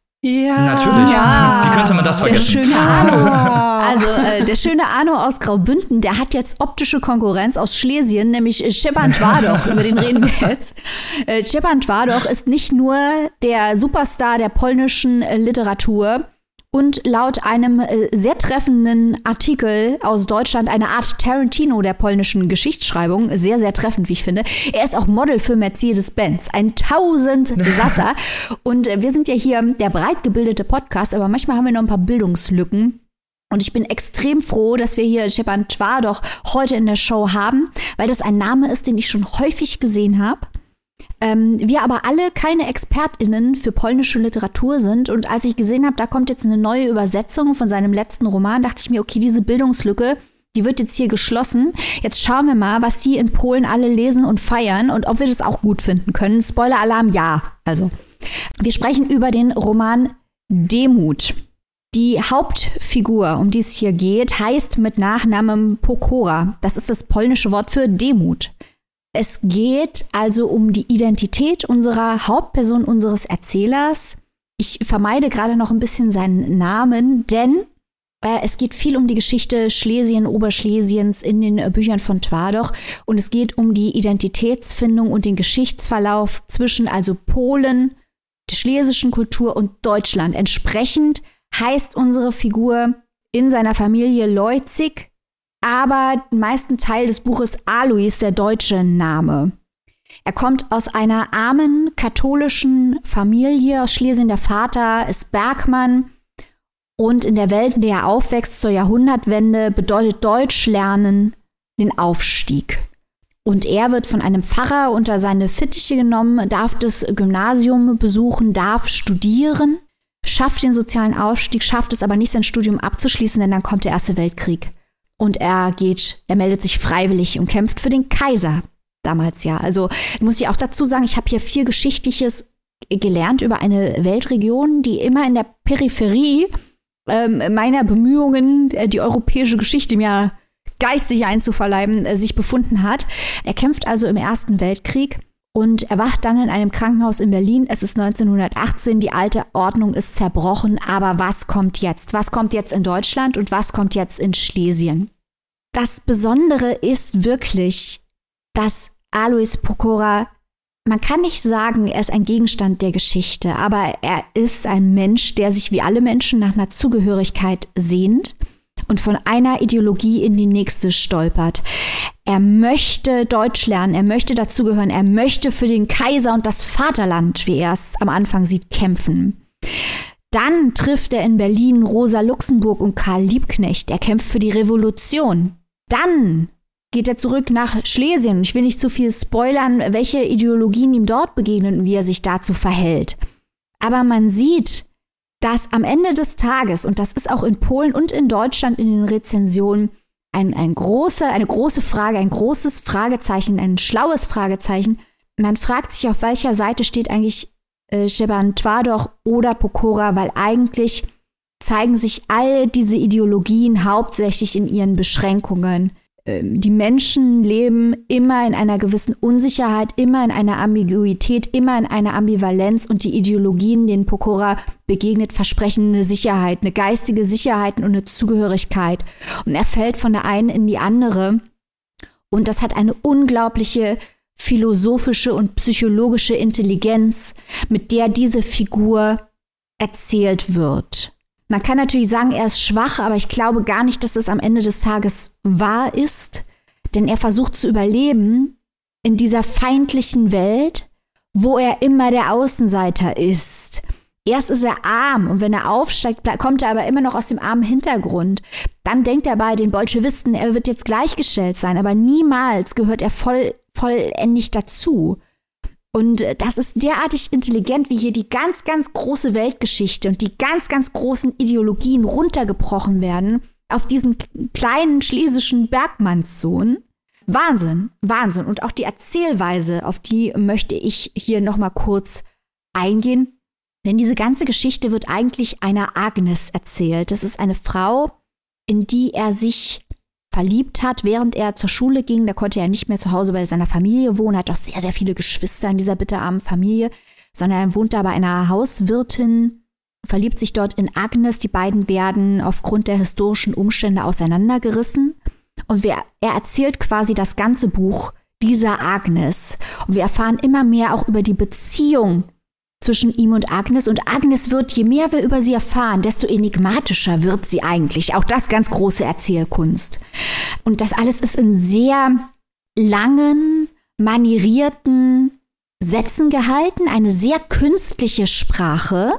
Ja. Natürlich. Ja. Wie könnte man das vergessen? Der schöne Arno. Also äh, der schöne Arno aus Graubünden, der hat jetzt optische Konkurrenz aus Schlesien, nämlich äh, Szczepan Twardoch, über den reden wir jetzt. Äh, Szczepan Twardoch ist nicht nur der Superstar der polnischen äh, Literatur und laut einem äh, sehr treffenden Artikel aus Deutschland eine Art Tarantino der polnischen Geschichtsschreibung. Sehr, sehr treffend, wie ich finde. Er ist auch Model für Mercedes-Benz. Ein Tausendsasser. Und äh, wir sind ja hier der breit gebildete Podcast, aber manchmal haben wir noch ein paar Bildungslücken. Und ich bin extrem froh, dass wir hier Szczepan Twardoch heute in der Show haben, weil das ein Name ist, den ich schon häufig gesehen habe. Ähm, wir aber alle keine ExpertInnen für polnische Literatur sind. Und als ich gesehen habe, da kommt jetzt eine neue Übersetzung von seinem letzten Roman, dachte ich mir, okay, diese Bildungslücke, die wird jetzt hier geschlossen. Jetzt schauen wir mal, was die in Polen alle lesen und feiern und ob wir das auch gut finden können. Spoiler-Alarm, ja. Also, wir sprechen über den Roman Demut. Die Hauptfigur, um die es hier geht, heißt mit Nachnamen Pokora. Das ist das polnische Wort für Demut. Es geht also um die Identität unserer Hauptperson, unseres Erzählers. Ich vermeide gerade noch ein bisschen seinen Namen, denn äh, es geht viel um die Geschichte Schlesien, Oberschlesiens in den äh, Büchern von Twardoch. Und es geht um die Identitätsfindung und den Geschichtsverlauf zwischen also Polen, der schlesischen Kultur und Deutschland. Entsprechend heißt unsere Figur in seiner Familie Leuzig, aber den meisten Teil des Buches Alois, der deutsche Name. Er kommt aus einer armen katholischen Familie aus Schlesien. Der Vater ist Bergmann und in der Welt, in der er aufwächst zur Jahrhundertwende, bedeutet Deutsch lernen den Aufstieg. Und er wird von einem Pfarrer unter seine Fittiche genommen, darf das Gymnasium besuchen, darf studieren, schafft den sozialen Aufstieg, schafft es aber nicht, sein Studium abzuschließen, denn dann kommt der Erste Weltkrieg. Und er geht, er meldet sich freiwillig und kämpft für den Kaiser damals ja. Also muss ich auch dazu sagen, ich habe hier viel Geschichtliches gelernt über eine Weltregion, die immer in der Peripherie ähm, meiner Bemühungen, die europäische Geschichte mir geistig einzuverleiben, äh, sich befunden hat. Er kämpft also im Ersten Weltkrieg und erwacht dann in einem Krankenhaus in Berlin. Es ist neunzehnhundertachtzehn, die alte Ordnung ist zerbrochen. Aber was kommt jetzt? Was kommt jetzt in Deutschland und was kommt jetzt in Schlesien? Das Besondere ist wirklich, dass Alois Pokora, man kann nicht sagen, er ist ein Gegenstand der Geschichte, aber er ist ein Mensch, der sich wie alle Menschen nach einer Zugehörigkeit sehnt und von einer Ideologie in die nächste stolpert. Er möchte Deutsch lernen, er möchte dazugehören, er möchte für den Kaiser und das Vaterland, wie er es am Anfang sieht, kämpfen. Dann trifft er in Berlin Rosa Luxemburg und Karl Liebknecht. Er kämpft für die Revolution. Dann geht er zurück nach Schlesien. Ich will nicht zu viel spoilern, welche Ideologien ihm dort begegnen und wie er sich dazu verhält. Aber man sieht, dass am Ende des Tages, und das ist auch in Polen und in Deutschland in den Rezensionen, ein, ein große, eine große Frage, ein großes Fragezeichen, ein schlaues Fragezeichen. Man fragt sich, auf welcher Seite steht eigentlich äh, Szczepan Twardoch oder Pokora, weil eigentlich zeigen sich all diese Ideologien hauptsächlich in ihren Beschränkungen. Ähm, die Menschen leben immer in einer gewissen Unsicherheit, immer in einer Ambiguität, immer in einer Ambivalenz und die Ideologien, denen Pokora begegnet, versprechen eine Sicherheit, eine geistige Sicherheit und eine Zugehörigkeit. Und er fällt von der einen in die andere. Und das hat eine unglaubliche philosophische und psychologische Intelligenz, mit der diese Figur erzählt wird. Man kann natürlich sagen, er ist schwach, aber ich glaube gar nicht, dass es am Ende des Tages wahr ist. Denn er versucht zu überleben in dieser feindlichen Welt, wo er immer der Außenseiter ist. Erst ist er arm und wenn er aufsteigt, kommt er aber immer noch aus dem armen Hintergrund. Dann denkt er bei den Bolschewisten, er wird jetzt gleichgestellt sein, aber niemals gehört er voll, vollendig dazu. Und das ist derartig intelligent, wie hier die ganz, ganz große Weltgeschichte und die ganz, ganz großen Ideologien runtergebrochen werden auf diesen kleinen schlesischen Bergmannssohn. Wahnsinn, Wahnsinn. Und auch die Erzählweise, auf die möchte ich hier noch mal kurz eingehen. Denn diese ganze Geschichte wird eigentlich einer Agnes erzählt. Das ist eine Frau, in die er sich verliebt hat, während er zur Schule ging. Da konnte er nicht mehr zu Hause bei seiner Familie wohnen. Er hat auch sehr, sehr viele Geschwister in dieser bitterarmen Familie. Sondern er wohnt da bei einer Hauswirtin, verliebt sich dort in Agnes. Die beiden werden aufgrund der historischen Umstände auseinandergerissen. Und wir, er erzählt quasi das ganze Buch dieser Agnes. Und wir erfahren immer mehr auch über die Beziehung zwischen ihm und Agnes. Und Agnes wird, je mehr wir über sie erfahren, desto enigmatischer wird sie eigentlich. Auch das ganz große Erzählkunst. Und das alles ist in sehr langen, manierierten Sätzen gehalten. Eine sehr künstliche Sprache.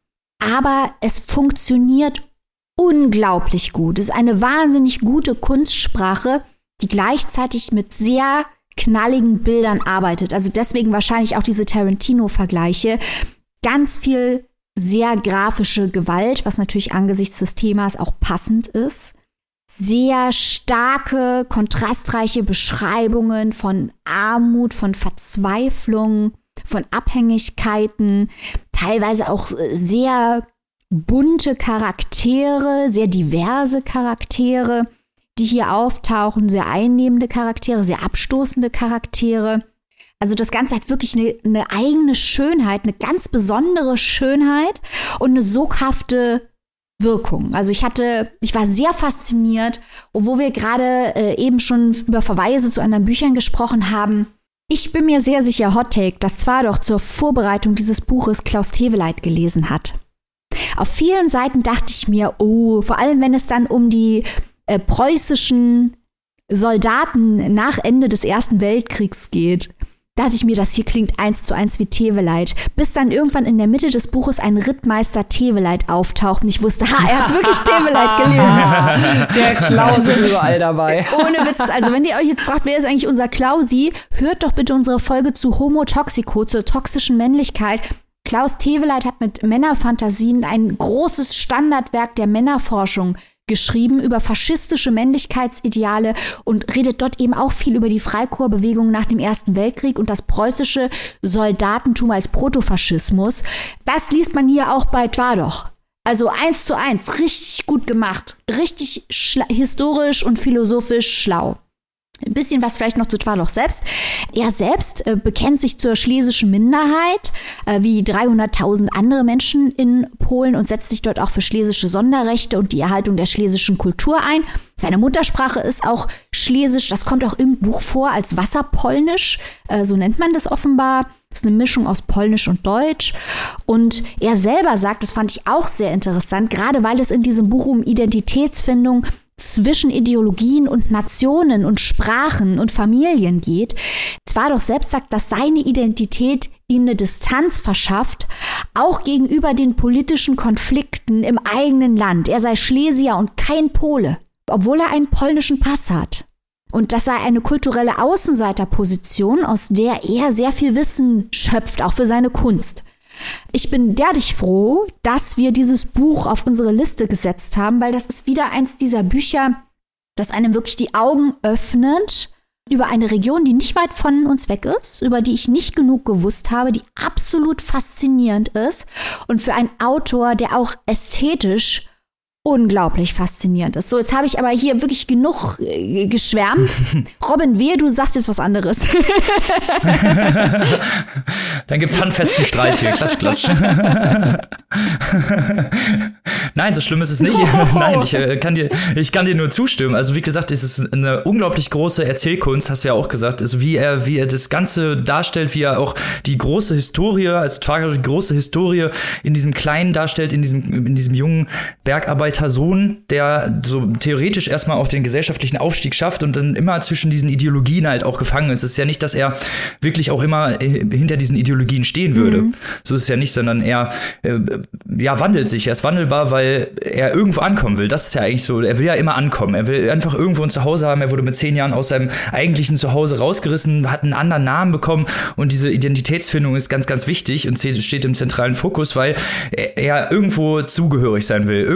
Aber es funktioniert unglaublich gut. Es ist eine wahnsinnig gute Kunstsprache, die gleichzeitig mit sehr knalligen Bildern arbeitet. Also deswegen wahrscheinlich auch diese Tarantino-Vergleiche. Ganz viel sehr grafische Gewalt, was natürlich angesichts des Themas auch passend ist. Sehr starke, kontrastreiche Beschreibungen von Armut, von Verzweiflung, von Abhängigkeiten, teilweise auch sehr bunte Charaktere, sehr diverse Charaktere, die hier auftauchen, sehr einnehmende Charaktere, sehr abstoßende Charaktere. Also das Ganze hat wirklich eine, eine eigene Schönheit, eine ganz besondere Schönheit und eine soghafte Wirkung. Also ich hatte, ich war sehr fasziniert, und wo wir gerade äh, eben schon über Verweise zu anderen Büchern gesprochen haben, ich bin mir sehr sicher, Hot Take, dass zwar doch zur Vorbereitung dieses Buches Klaus Teweleit gelesen hat. Auf vielen Seiten dachte ich mir, oh, vor allem wenn es dann um die äh, preußischen Soldaten nach Ende des Ersten Weltkriegs geht, dachte ich mir, das hier klingt eins zu eins wie Teweleit. Bis dann irgendwann in der Mitte des Buches ein Rittmeister Teweleit auftaucht und ich wusste, ha, er hat wirklich Teweleit gelesen. Der Klaus ist überall dabei. Ohne Witz, also wenn ihr euch jetzt fragt, wer ist eigentlich unser Klausi, hört doch bitte unsere Folge zu Homo Toxico, zur toxischen Männlichkeit. Klaus Teweleit hat mit Männerfantasien ein großes Standardwerk der Männerforschung geschrieben über faschistische Männlichkeitsideale und redet dort eben auch viel über die Freikorpsbewegung nach dem Ersten Weltkrieg und das preußische Soldatentum als Protofaschismus. Das liest man hier auch bei Twardoch. Also eins zu eins, richtig gut gemacht, richtig schla- historisch und philosophisch schlau. Ein bisschen was vielleicht noch zu Twardoch selbst. Er selbst äh, bekennt sich zur schlesischen Minderheit, äh, wie dreihunderttausend andere Menschen in Polen und setzt sich dort auch für schlesische Sonderrechte und die Erhaltung der schlesischen Kultur ein. Seine Muttersprache ist auch Schlesisch, das kommt auch im Buch vor als Wasserpolnisch, äh, so nennt man das offenbar. Das ist eine Mischung aus Polnisch und Deutsch. Und er selber sagt, das fand ich auch sehr interessant, gerade weil es in diesem Buch um Identitätsfindung zwischen Ideologien und Nationen und Sprachen und Familien geht. Twardoch selbst sagt, dass seine Identität ihm eine Distanz verschafft, auch gegenüber den politischen Konflikten im eigenen Land. Er sei Schlesier und kein Pole, obwohl er einen polnischen Pass hat. Und das sei eine kulturelle Außenseiterposition, aus der er sehr viel Wissen schöpft, auch für seine Kunst. Ich bin derartig froh, dass wir dieses Buch auf unsere Liste gesetzt haben, weil das ist wieder eins dieser Bücher, das einem wirklich die Augen öffnet über eine Region, die nicht weit von uns weg ist, über die ich nicht genug gewusst habe, die absolut faszinierend ist und für einen Autor, der auch ästhetisch unglaublich faszinierend ist. So, jetzt habe ich aber hier wirklich genug äh, geschwärmt. Robin, wehe, du sagst jetzt was anderes. Dann gibt's handfesten Streit hier. Klatsch, klatsch. Nein, so schlimm ist es nicht. Oh. Nein, ich äh, kann dir, ich kann dir nur zustimmen. Also wie gesagt, es ist eine unglaublich große Erzählkunst, hast du ja auch gesagt. Also wie er, wie er das Ganze darstellt, wie er auch die große Historie, also die große Historie in diesem Kleinen darstellt, in diesem, in diesem jungen Bergarbeiter Sohn, der so theoretisch erstmal auch den gesellschaftlichen Aufstieg schafft und dann immer zwischen diesen Ideologien halt auch gefangen ist. Es ist ja nicht, dass er wirklich auch immer hinter diesen Ideologien stehen würde. Mhm. So ist es ja nicht, sondern er äh, ja, wandelt sich. Er ist wandelbar, weil er irgendwo ankommen will. Das ist ja eigentlich so, er will ja immer ankommen. Er will einfach irgendwo ein Zuhause haben. Er wurde mit zehn Jahren aus seinem eigentlichen Zuhause rausgerissen, hat einen anderen Namen bekommen und diese Identitätsfindung ist ganz, ganz wichtig und steht im zentralen Fokus, weil er irgendwo zugehörig sein will. Irgendwo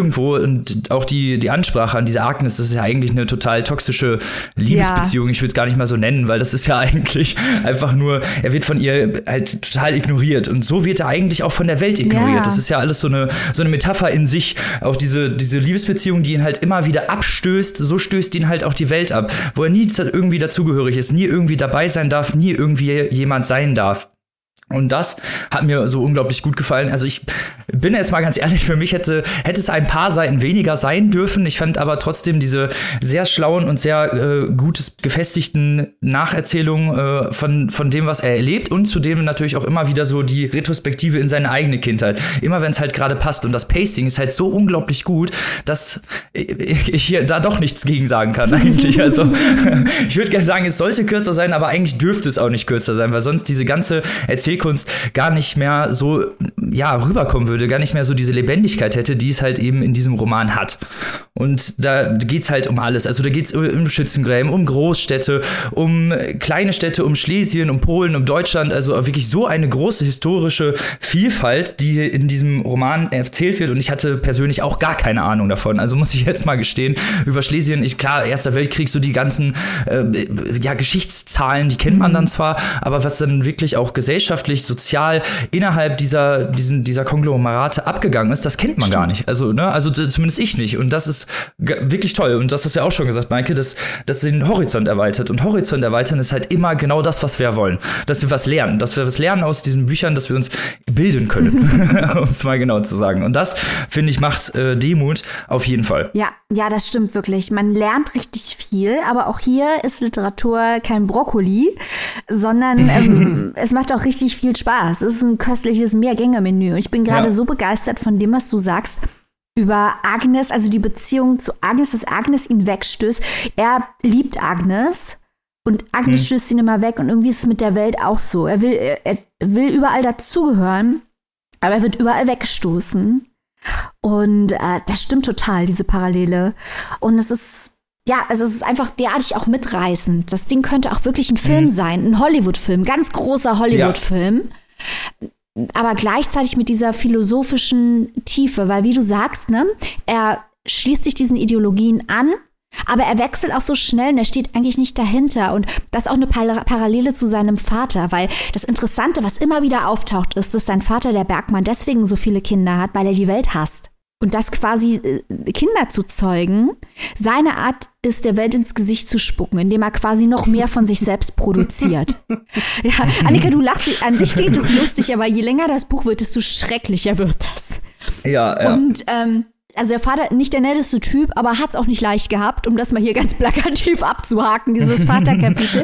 und auch die, die Ansprache an diese Agnes, das ist ja eigentlich eine total toxische Liebesbeziehung. Ja. Ich will es gar nicht mal so nennen, weil das ist ja eigentlich einfach nur, er wird von ihr halt total ignoriert. Und so wird er eigentlich auch von der Welt ignoriert. Ja. Das ist ja alles so eine, so eine Metapher in sich. Auch diese, diese Liebesbeziehung, die ihn halt immer wieder abstößt, so stößt ihn halt auch die Welt ab. Wo er nie irgendwie dazugehörig ist, nie irgendwie dabei sein darf, nie irgendwie jemand sein darf. Und das hat mir so unglaublich gut gefallen. Also ich bin jetzt mal ganz ehrlich, für mich hätte, hätte es ein paar Seiten weniger sein dürfen. Ich fand aber trotzdem diese sehr schlauen und sehr äh, gutes gefestigten Nacherzählungen äh, von, von dem, was er erlebt und zudem natürlich auch immer wieder so die Retrospektive in seine eigene Kindheit. Immer wenn es halt gerade passt. Und das Pacing ist halt so unglaublich gut, dass ich hier da doch nichts gegen sagen kann eigentlich. Also ich würde gerne sagen, es sollte kürzer sein, aber eigentlich dürfte es auch nicht kürzer sein, weil sonst diese ganze Erzählkunst gar nicht mehr so ja, rüberkommen würde, gar nicht mehr so diese Lebendigkeit hätte, die es halt eben in diesem Roman hat. Und da geht's halt um alles. Also da geht's um Schützengräben, um Großstädte, um kleine Städte, um Schlesien, um Polen, um Deutschland. Also wirklich so eine große historische Vielfalt, die in diesem Roman erzählt wird. Und ich hatte persönlich auch gar keine Ahnung davon. Also muss ich jetzt mal gestehen, über Schlesien, ich, klar, Erster Weltkrieg, so die ganzen äh, ja, Geschichtszahlen, die kennt man dann zwar, aber was dann wirklich auch gesellschaftlich, sozial innerhalb dieser, diesen, dieser Konglomerate abgegangen ist, das kennt man Stimmt. gar nicht. Also, ne, also zumindest ich nicht. Und das ist g- wirklich toll. Und das hast du ja auch schon gesagt, Maike, dass das den Horizont erweitert. Und Horizont erweitern ist halt immer genau das, was wir wollen. Dass wir was lernen. Dass wir was lernen aus diesen Büchern, dass wir uns bilden können. Um es mal genau zu sagen. Und das, finde ich, macht äh, Demut auf jeden Fall. Ja, ja, das stimmt wirklich. Man lernt richtig viel. Aber auch hier ist Literatur kein Brokkoli, sondern ähm, es macht auch richtig viel Spaß. Es ist ein köstliches Mehrgänge-Menü. Ich bin gerade ja. so begeistert von dem, was du sagst über Agnes, also die Beziehung zu Agnes, dass Agnes ihn wegstößt. Er liebt Agnes und Agnes hm. stößt ihn immer weg und irgendwie ist es mit der Welt auch so. Er will, er will überall dazugehören, aber er wird überall weggestoßen. Und äh, das stimmt total, diese Parallele. Und es ist Ja, also es ist einfach derartig auch mitreißend. Das Ding könnte auch wirklich ein Film mhm. sein, ein Hollywood-Film, ganz großer Hollywood-Film. Ja. Aber gleichzeitig mit dieser philosophischen Tiefe, weil wie du sagst, ne, er schließt sich diesen Ideologien an, aber er wechselt auch so schnell und er steht eigentlich nicht dahinter. Und das ist auch eine Par- Parallele zu seinem Vater, weil das Interessante, was immer wieder auftaucht, ist, dass sein Vater, der Bergmann, deswegen so viele Kinder hat, weil er die Welt hasst. Und das quasi äh, Kinder zu zeugen, seine Art ist, der Welt ins Gesicht zu spucken, indem er quasi noch mehr von sich selbst produziert. Ja, Annika, du lachst, an sich klingt es lustig, aber je länger das Buch wird, desto schrecklicher wird das. Ja, ja. Und ähm, also der Vater, nicht der netteste Typ, aber hat es auch nicht leicht gehabt, um das mal hier ganz plakativ abzuhaken, dieses Vaterkapitel.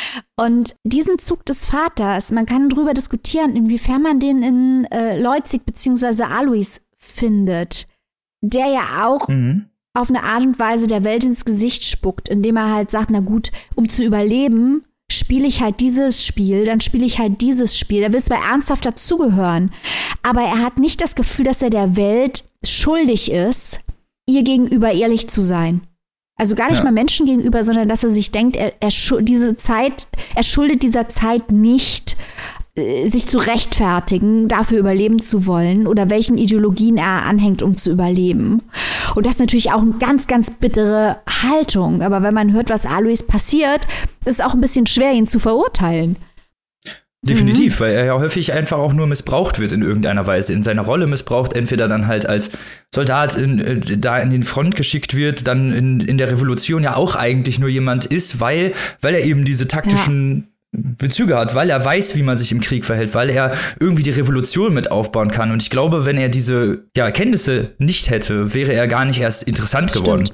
Und diesen Zug des Vaters, man kann drüber diskutieren, inwiefern man den in äh, Leuzig bzw. Alois findet, der ja auch mhm. auf eine Art und Weise der Welt ins Gesicht spuckt, indem er halt sagt, na gut, um zu überleben, spiele ich halt dieses Spiel, dann spiele ich halt dieses Spiel. Er will zwar ernsthaft dazugehören, aber er hat nicht das Gefühl, dass er der Welt schuldig ist, ihr gegenüber ehrlich zu sein. Also gar nicht ja. mal Menschen gegenüber, sondern dass er sich denkt, er, er, diese Zeit, er schuldet dieser Zeit nicht, sich zu rechtfertigen, dafür überleben zu wollen oder welchen Ideologien er anhängt, um zu überleben. Und das ist natürlich auch eine ganz, ganz bittere Haltung. Aber wenn man hört, was Alois passiert, ist es auch ein bisschen schwer, ihn zu verurteilen. Definitiv, mhm. weil er ja häufig einfach auch nur missbraucht wird in irgendeiner Weise, in seiner Rolle missbraucht, entweder dann halt als Soldat in, äh, da in den Front geschickt wird, dann in, in der Revolution ja auch eigentlich nur jemand ist, weil, weil er eben diese taktischen ja. Bezüge hat, weil er weiß, wie man sich im Krieg verhält, weil er irgendwie die Revolution mit aufbauen kann. Und ich glaube, wenn er diese ja, Erkenntnisse nicht hätte, wäre er gar nicht erst interessant Stimmt. geworden.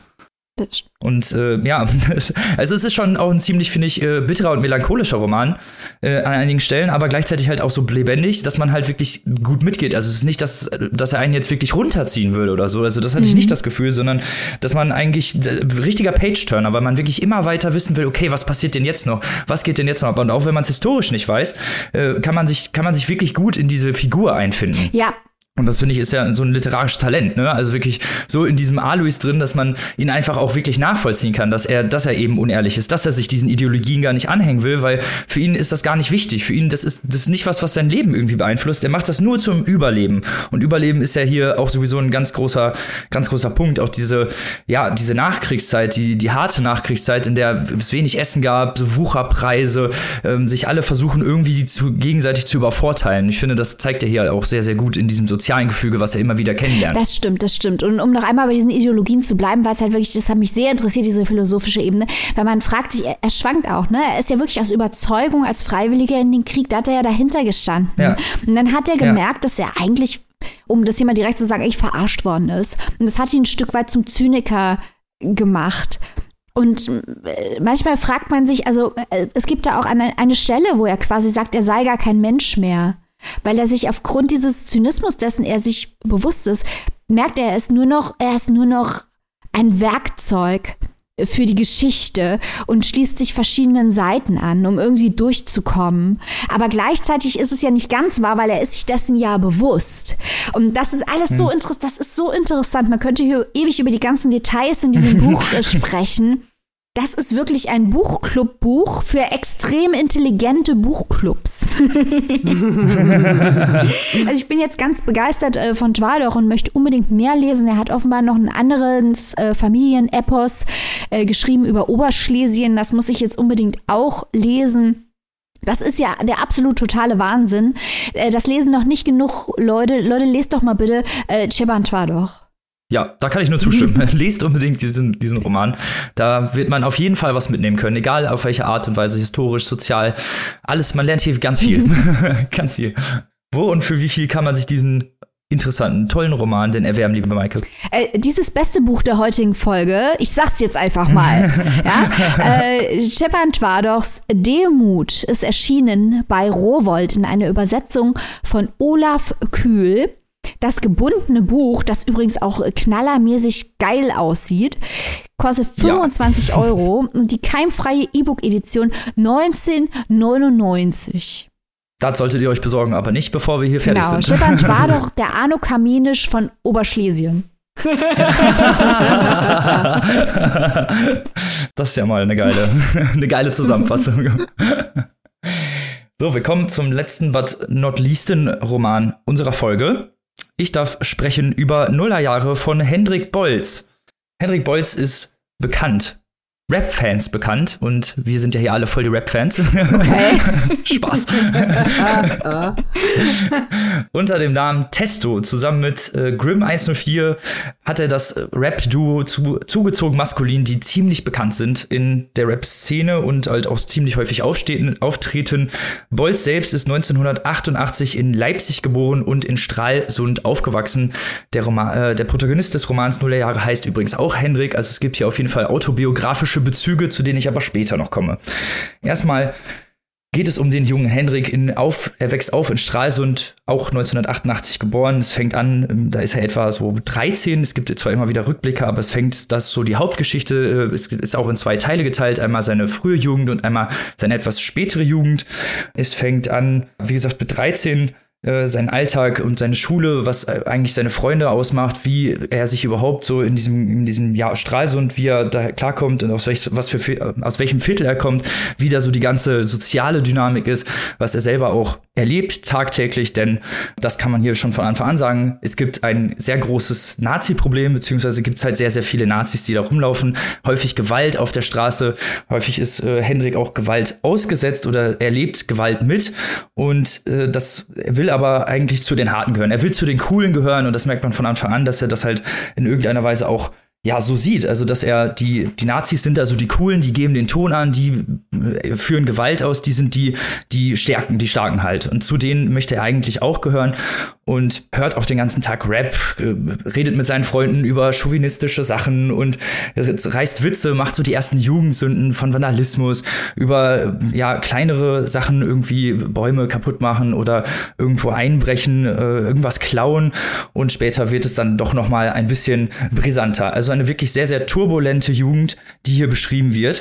Und äh, ja, also es ist schon auch ein ziemlich, finde ich, äh, bitterer und melancholischer Roman äh, an einigen Stellen, aber gleichzeitig halt auch so lebendig, dass man halt wirklich gut mitgeht. Also es ist nicht, dass, dass er einen jetzt wirklich runterziehen würde oder so. Also das hatte mhm. ich nicht das Gefühl, sondern dass man eigentlich äh, richtiger Page-Turner, weil man wirklich immer weiter wissen will, okay, was passiert denn jetzt noch? Was geht denn jetzt noch ab? Und auch wenn man es historisch nicht weiß, äh, kann man sich, kann man sich wirklich gut in diese Figur einfinden. Ja. Und das, finde ich, ist ja so ein literarisches Talent, ne? Also wirklich so in diesem Alois drin, dass man ihn einfach auch wirklich nachvollziehen kann, dass er, dass er eben unehrlich ist, dass er sich diesen Ideologien gar nicht anhängen will, weil für ihn ist das gar nicht wichtig. Für ihn, das ist, das ist nicht was, was sein Leben irgendwie beeinflusst. Er macht das nur zum Überleben. Und Überleben ist ja hier auch sowieso ein ganz großer, ganz großer Punkt. Auch diese, ja, diese Nachkriegszeit, die, die harte Nachkriegszeit, in der es wenig Essen gab, so Wucherpreise, ähm, sich alle versuchen irgendwie zu, gegenseitig zu übervorteilen. Ich finde, das zeigt er hier auch sehr, sehr gut in diesem sozialen Gefüge, was er immer wieder kennenlernt. Das stimmt, das stimmt. Und um noch einmal bei diesen Ideologien zu bleiben, weil es halt wirklich, das hat mich sehr interessiert, diese philosophische Ebene, weil man fragt sich, er, er schwankt auch, ne? Er ist ja wirklich aus Überzeugung als Freiwilliger in den Krieg, da hat er ja dahinter gestanden. Ja. Und dann hat er gemerkt, ja. dass er eigentlich, um das hier mal direkt zu sagen, echt verarscht worden ist. Und das hat ihn ein Stück weit zum Zyniker gemacht. Und manchmal fragt man sich, also es gibt da auch eine, eine Stelle, wo er quasi sagt, er sei gar kein Mensch mehr. Weil er sich aufgrund dieses Zynismus, dessen er sich bewusst ist, merkt er, er ist nur noch, er ist nur noch ein Werkzeug für die Geschichte und schließt sich verschiedenen Seiten an, um irgendwie durchzukommen. Aber gleichzeitig ist es ja nicht ganz wahr, weil er ist sich dessen ja bewusst. Und das ist alles hm. so interessant, das ist so interessant. Man könnte hier ewig über die ganzen Details in diesem Buch sprechen. Das ist wirklich ein Buchclub-Buch für extrem intelligente Buchclubs. Also ich bin jetzt ganz begeistert äh, von Twardoch und möchte unbedingt mehr lesen. Er hat offenbar noch ein anderes äh, Familienepos äh, geschrieben über Oberschlesien. Das muss ich jetzt unbedingt auch lesen. Das ist ja der absolut totale Wahnsinn. Äh, das lesen noch nicht genug Leute. Leute, lest doch mal bitte äh, Stepan Twardoch. Ja, da kann ich nur zustimmen. Lest unbedingt diesen, diesen Roman. Da wird man auf jeden Fall was mitnehmen können, egal auf welche Art und Weise, historisch, sozial, alles. Man lernt hier ganz viel. Ganz viel. Wo und für wie viel kann man sich diesen interessanten, tollen Roman denn erwerben, liebe Maike? Äh, dieses beste Buch der heutigen Folge, ich sag's jetzt einfach mal, ja, äh, Stepan Twardochs Demut ist erschienen bei Rowohlt in einer Übersetzung von Olaf Kühl. Das gebundene Buch, das übrigens auch knallermäßig geil aussieht, kostet fünfundzwanzig ja. Euro und die keimfreie E-Book-Edition neunzehn neunundneunzig. Das solltet ihr euch besorgen, aber nicht, bevor wir hier fertig genau. sind. Stepan Twardoch, der Arno Kamenisch von Oberschlesien. Das ist ja mal eine geile, eine geile Zusammenfassung. So, wir kommen zum letzten, but not leasten Roman unserer Folge. Ich darf sprechen über Nullerjahre von Hendrik Bolz. Hendrik Bolz ist bekannt. Rap-Fans bekannt und wir sind ja hier alle voll die Rap-Fans. Okay. Spaß. Unter dem Namen Testo zusammen mit äh, Grimm eins null vier hat er das Rap-Duo zu, zugezogen maskulin, die ziemlich bekannt sind in der Rap-Szene und halt auch ziemlich häufig aufstehen, auftreten. Bolz selbst ist neunzehnhundertachtundachtzig in Leipzig geboren und in Stralsund aufgewachsen. Der, Roman, äh, der Protagonist des Romans Nullerjahre heißt übrigens auch Hendrik, also es gibt hier auf jeden Fall autobiografische Bezüge, zu denen ich aber später noch komme. Erstmal geht es um den jungen Hendrik. In auf, er wächst auf in Stralsund, auch neunzehnhundertachtundachtzig geboren. Es fängt an, da ist er etwa so dreizehn. Es gibt zwar immer wieder Rückblicke, aber es fängt, das so die Hauptgeschichte, es ist auch in zwei Teile geteilt. Einmal seine frühe Jugend und einmal seine etwas spätere Jugend. Es fängt an, wie gesagt, mit dreizehn, seinen Alltag und seine Schule, was eigentlich seine Freunde ausmacht, wie er sich überhaupt so in diesem, in diesem ja, Stralsund, wie er da klarkommt und aus, welch, was für, aus welchem Viertel er kommt, wie da so die ganze soziale Dynamik ist, was er selber auch erlebt tagtäglich, denn das kann man hier schon von Anfang an sagen, es gibt ein sehr großes Nazi-Problem, beziehungsweise gibt es halt sehr, sehr viele Nazis, die da rumlaufen, häufig Gewalt auf der Straße, häufig ist äh, Hendrik auch Gewalt ausgesetzt oder erlebt Gewalt mit und äh, das er will aber eigentlich zu den Harten gehören. Er will zu den Coolen gehören und das merkt man von Anfang an, dass er das halt in irgendeiner Weise auch ja so sieht. Also, dass er die, die Nazis sind also die Coolen, die geben den Ton an, die äh, führen Gewalt aus, die sind die, die Stärken, die Starken halt. Und zu denen möchte er eigentlich auch gehören und hört auch den ganzen Tag Rap, äh, redet mit seinen Freunden über chauvinistische Sachen und reißt Witze, macht so die ersten Jugendsünden von Vandalismus, über ja kleinere Sachen, irgendwie Bäume kaputt machen oder irgendwo einbrechen, äh, irgendwas klauen und später wird es dann doch noch mal ein bisschen brisanter. Also eine wirklich sehr, sehr turbulente Jugend, die hier beschrieben wird.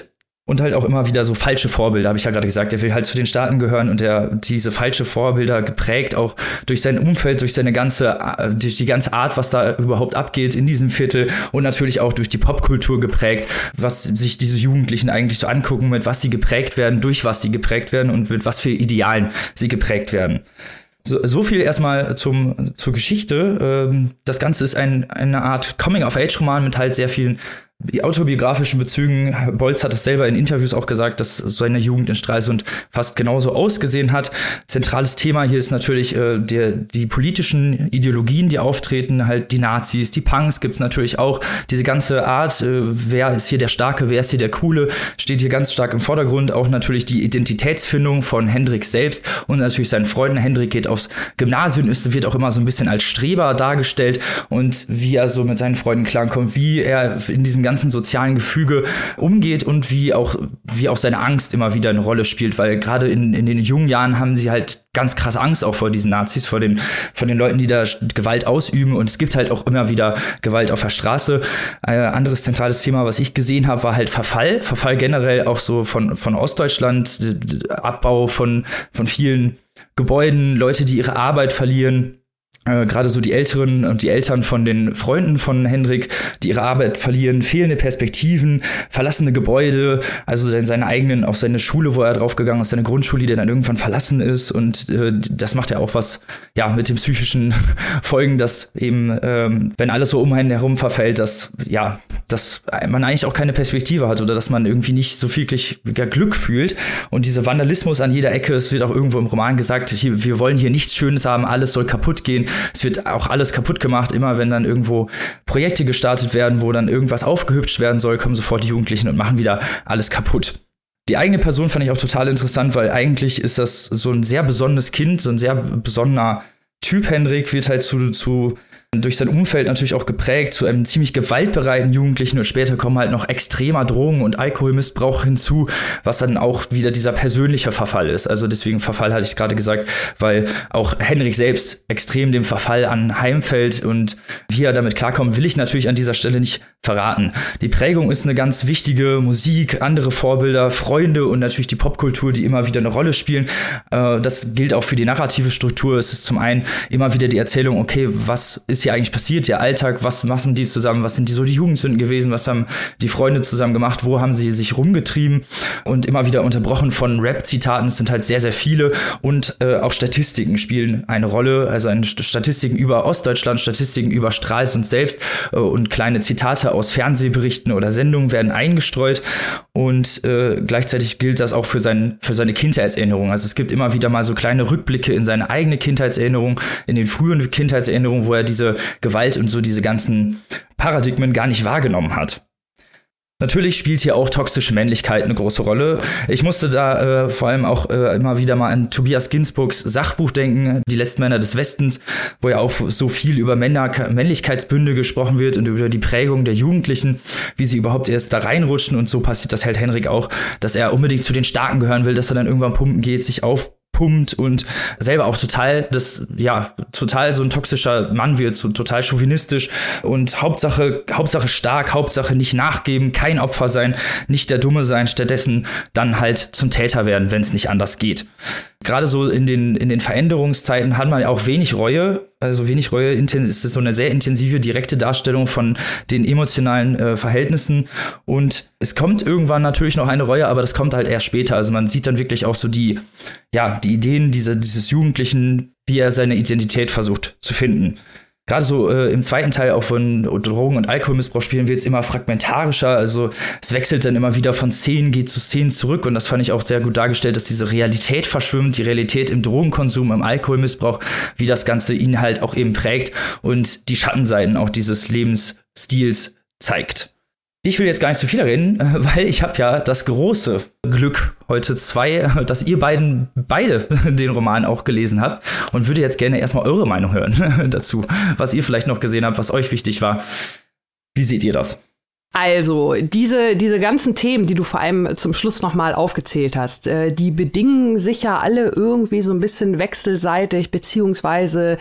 Und halt auch immer wieder so falsche Vorbilder, habe ich ja gerade gesagt. Er will halt zu den Staaten gehören und er diese falsche Vorbilder geprägt auch durch sein Umfeld, durch seine ganze, durch die ganze Art, was da überhaupt abgeht in diesem Viertel und natürlich auch durch die Popkultur geprägt, was sich diese Jugendlichen eigentlich so angucken, mit was sie geprägt werden, durch was sie geprägt werden und mit was für Idealen sie geprägt werden. So, so viel erstmal zum, zur Geschichte. Ähm, das Ganze ist ein, eine Art Coming-of-Age-Roman mit halt sehr vielen autobiografischen Bezügen. Bolz hat es selber in Interviews auch gesagt, dass seine Jugend in Stralsund fast genauso ausgesehen hat. Zentrales Thema hier ist natürlich äh, der, die politischen Ideologien, die auftreten, halt die Nazis, die Punks gibt's natürlich auch. Diese ganze Art, äh, wer ist hier der Starke, wer ist hier der Coole, steht hier ganz stark im Vordergrund. Auch natürlich die Identitätsfindung von Hendrik selbst und natürlich seinen Freunden. Hendrik geht aufs Gymnasium, ist, wird auch immer so ein bisschen als Streber dargestellt und wie er so mit seinen Freunden klarkommt, wie er in diesem ganzen sozialen Gefüge umgeht und wie auch, wie auch seine Angst immer wieder eine Rolle spielt, weil gerade in, in den jungen Jahren haben sie halt ganz krass Angst auch vor diesen Nazis, vor den, vor den Leuten, die da Gewalt ausüben und es gibt halt auch immer wieder Gewalt auf der Straße. Ein anderes zentrales Thema, was ich gesehen habe, war halt Verfall. Verfall generell auch so von, von Ostdeutschland, Abbau von, von vielen Gebäuden, Leute, die ihre Arbeit verlieren. Äh, gerade so die Älteren und die Eltern von den Freunden von Hendrik, die ihre Arbeit verlieren, fehlende Perspektiven, verlassene Gebäude, also seine eigenen, auch seine Schule, wo er draufgegangen ist, seine Grundschule, die dann irgendwann verlassen ist und äh, das macht ja auch was, ja, mit den psychischen Folgen, dass eben, ähm, wenn alles so um einen herum verfällt, dass, ja, dass man eigentlich auch keine Perspektive hat oder dass man irgendwie nicht so wirklich Glück fühlt und dieser Vandalismus an jeder Ecke, es wird auch irgendwo im Roman gesagt, hier, wir wollen hier nichts Schönes haben, alles soll kaputt gehen. Es wird auch alles kaputt gemacht, immer wenn dann irgendwo Projekte gestartet werden, wo dann irgendwas aufgehübscht werden soll, kommen sofort die Jugendlichen und machen wieder alles kaputt. Die eigene Person fand ich auch total interessant, weil eigentlich ist das so ein sehr besonderes Kind, so ein sehr besonderer Typ. Hendrik wird halt zu, zu durch sein Umfeld natürlich auch geprägt, zu einem ziemlich gewaltbereiten Jugendlichen und später kommen halt noch extremer Drogen- und Alkoholmissbrauch hinzu, was dann auch wieder dieser persönliche Verfall ist. Also deswegen Verfall hatte ich gerade gesagt, weil auch Hendrik selbst extrem dem Verfall anheimfällt und wie er damit klarkommt, will ich natürlich an dieser Stelle nicht verraten. Die Prägung ist eine ganz wichtige Musik, andere Vorbilder, Freunde und natürlich die Popkultur, die immer wieder eine Rolle spielen. Das gilt auch für die narrative Struktur. Es ist zum einen immer wieder die Erzählung, okay, was ist hier eigentlich passiert, ihr Alltag, was machen die zusammen, was sind die so die Jugendsünden gewesen, was haben die Freunde zusammen gemacht, wo haben sie sich rumgetrieben und immer wieder unterbrochen von Rap-Zitaten, es sind halt sehr, sehr viele und äh, auch Statistiken spielen eine Rolle, also eine Statistiken über Ostdeutschland, Statistiken über Stralsund selbst äh, und kleine Zitate aus Fernsehberichten oder Sendungen werden eingestreut und äh, gleichzeitig gilt das auch für, sein, für seine Kindheitserinnerung, also es gibt immer wieder mal so kleine Rückblicke in seine eigene Kindheitserinnerung, in den frühen Kindheitserinnerungen, wo er diese Gewalt und so diese ganzen Paradigmen gar nicht wahrgenommen hat. Natürlich spielt hier auch toxische Männlichkeit eine große Rolle. Ich musste da äh, vor allem auch äh, immer wieder mal an Tobias Ginsburgs Sachbuch denken, Die letzten Männer des Westens, wo ja auch so viel über Männer- Männlichkeitsbünde gesprochen wird und über die Prägung der Jugendlichen, wie sie überhaupt erst da reinrutschen und so passiert das halt Hendrik auch, dass er unbedingt zu den Starken gehören will, dass er dann irgendwann pumpen geht, sich auf pumpt und selber auch total das ja total so ein toxischer Mann wird, so total chauvinistisch und Hauptsache Hauptsache stark, Hauptsache nicht nachgeben, kein Opfer sein, nicht der Dumme sein, stattdessen dann halt zum Täter werden, wenn es nicht anders geht. Gerade so in den in den Veränderungszeiten hat man ja auch wenig Reue, also wenig Reue, es ist so eine sehr intensive, direkte Darstellung von den emotionalen äh, Verhältnissen und es kommt irgendwann natürlich noch eine Reue, aber das kommt halt erst später, also man sieht dann wirklich auch so die, ja, die Ideen dieser, dieses Jugendlichen, wie er seine Identität versucht zu finden. Gerade so äh, im zweiten Teil auch von Drogen- und Alkoholmissbrauch spielen wird es immer fragmentarischer, also es wechselt dann immer wieder von Szenen, geht zu Szenen zurück und das fand ich auch sehr gut dargestellt, dass diese Realität verschwimmt, die Realität im Drogenkonsum, im Alkoholmissbrauch, wie das Ganze ihn halt auch eben prägt und die Schattenseiten auch dieses Lebensstils zeigt. Ich will jetzt gar nicht zu viel reden, weil ich habe ja das große Glück heute zwei, dass ihr beiden beide den Roman auch gelesen habt und würde jetzt gerne erstmal eure Meinung hören dazu, was ihr vielleicht noch gesehen habt, was euch wichtig war. Wie seht ihr das? Also, diese, diese ganzen Themen, die du vor allem zum Schluss nochmal aufgezählt hast, äh, die bedingen sich ja alle irgendwie so ein bisschen wechselseitig, beziehungsweise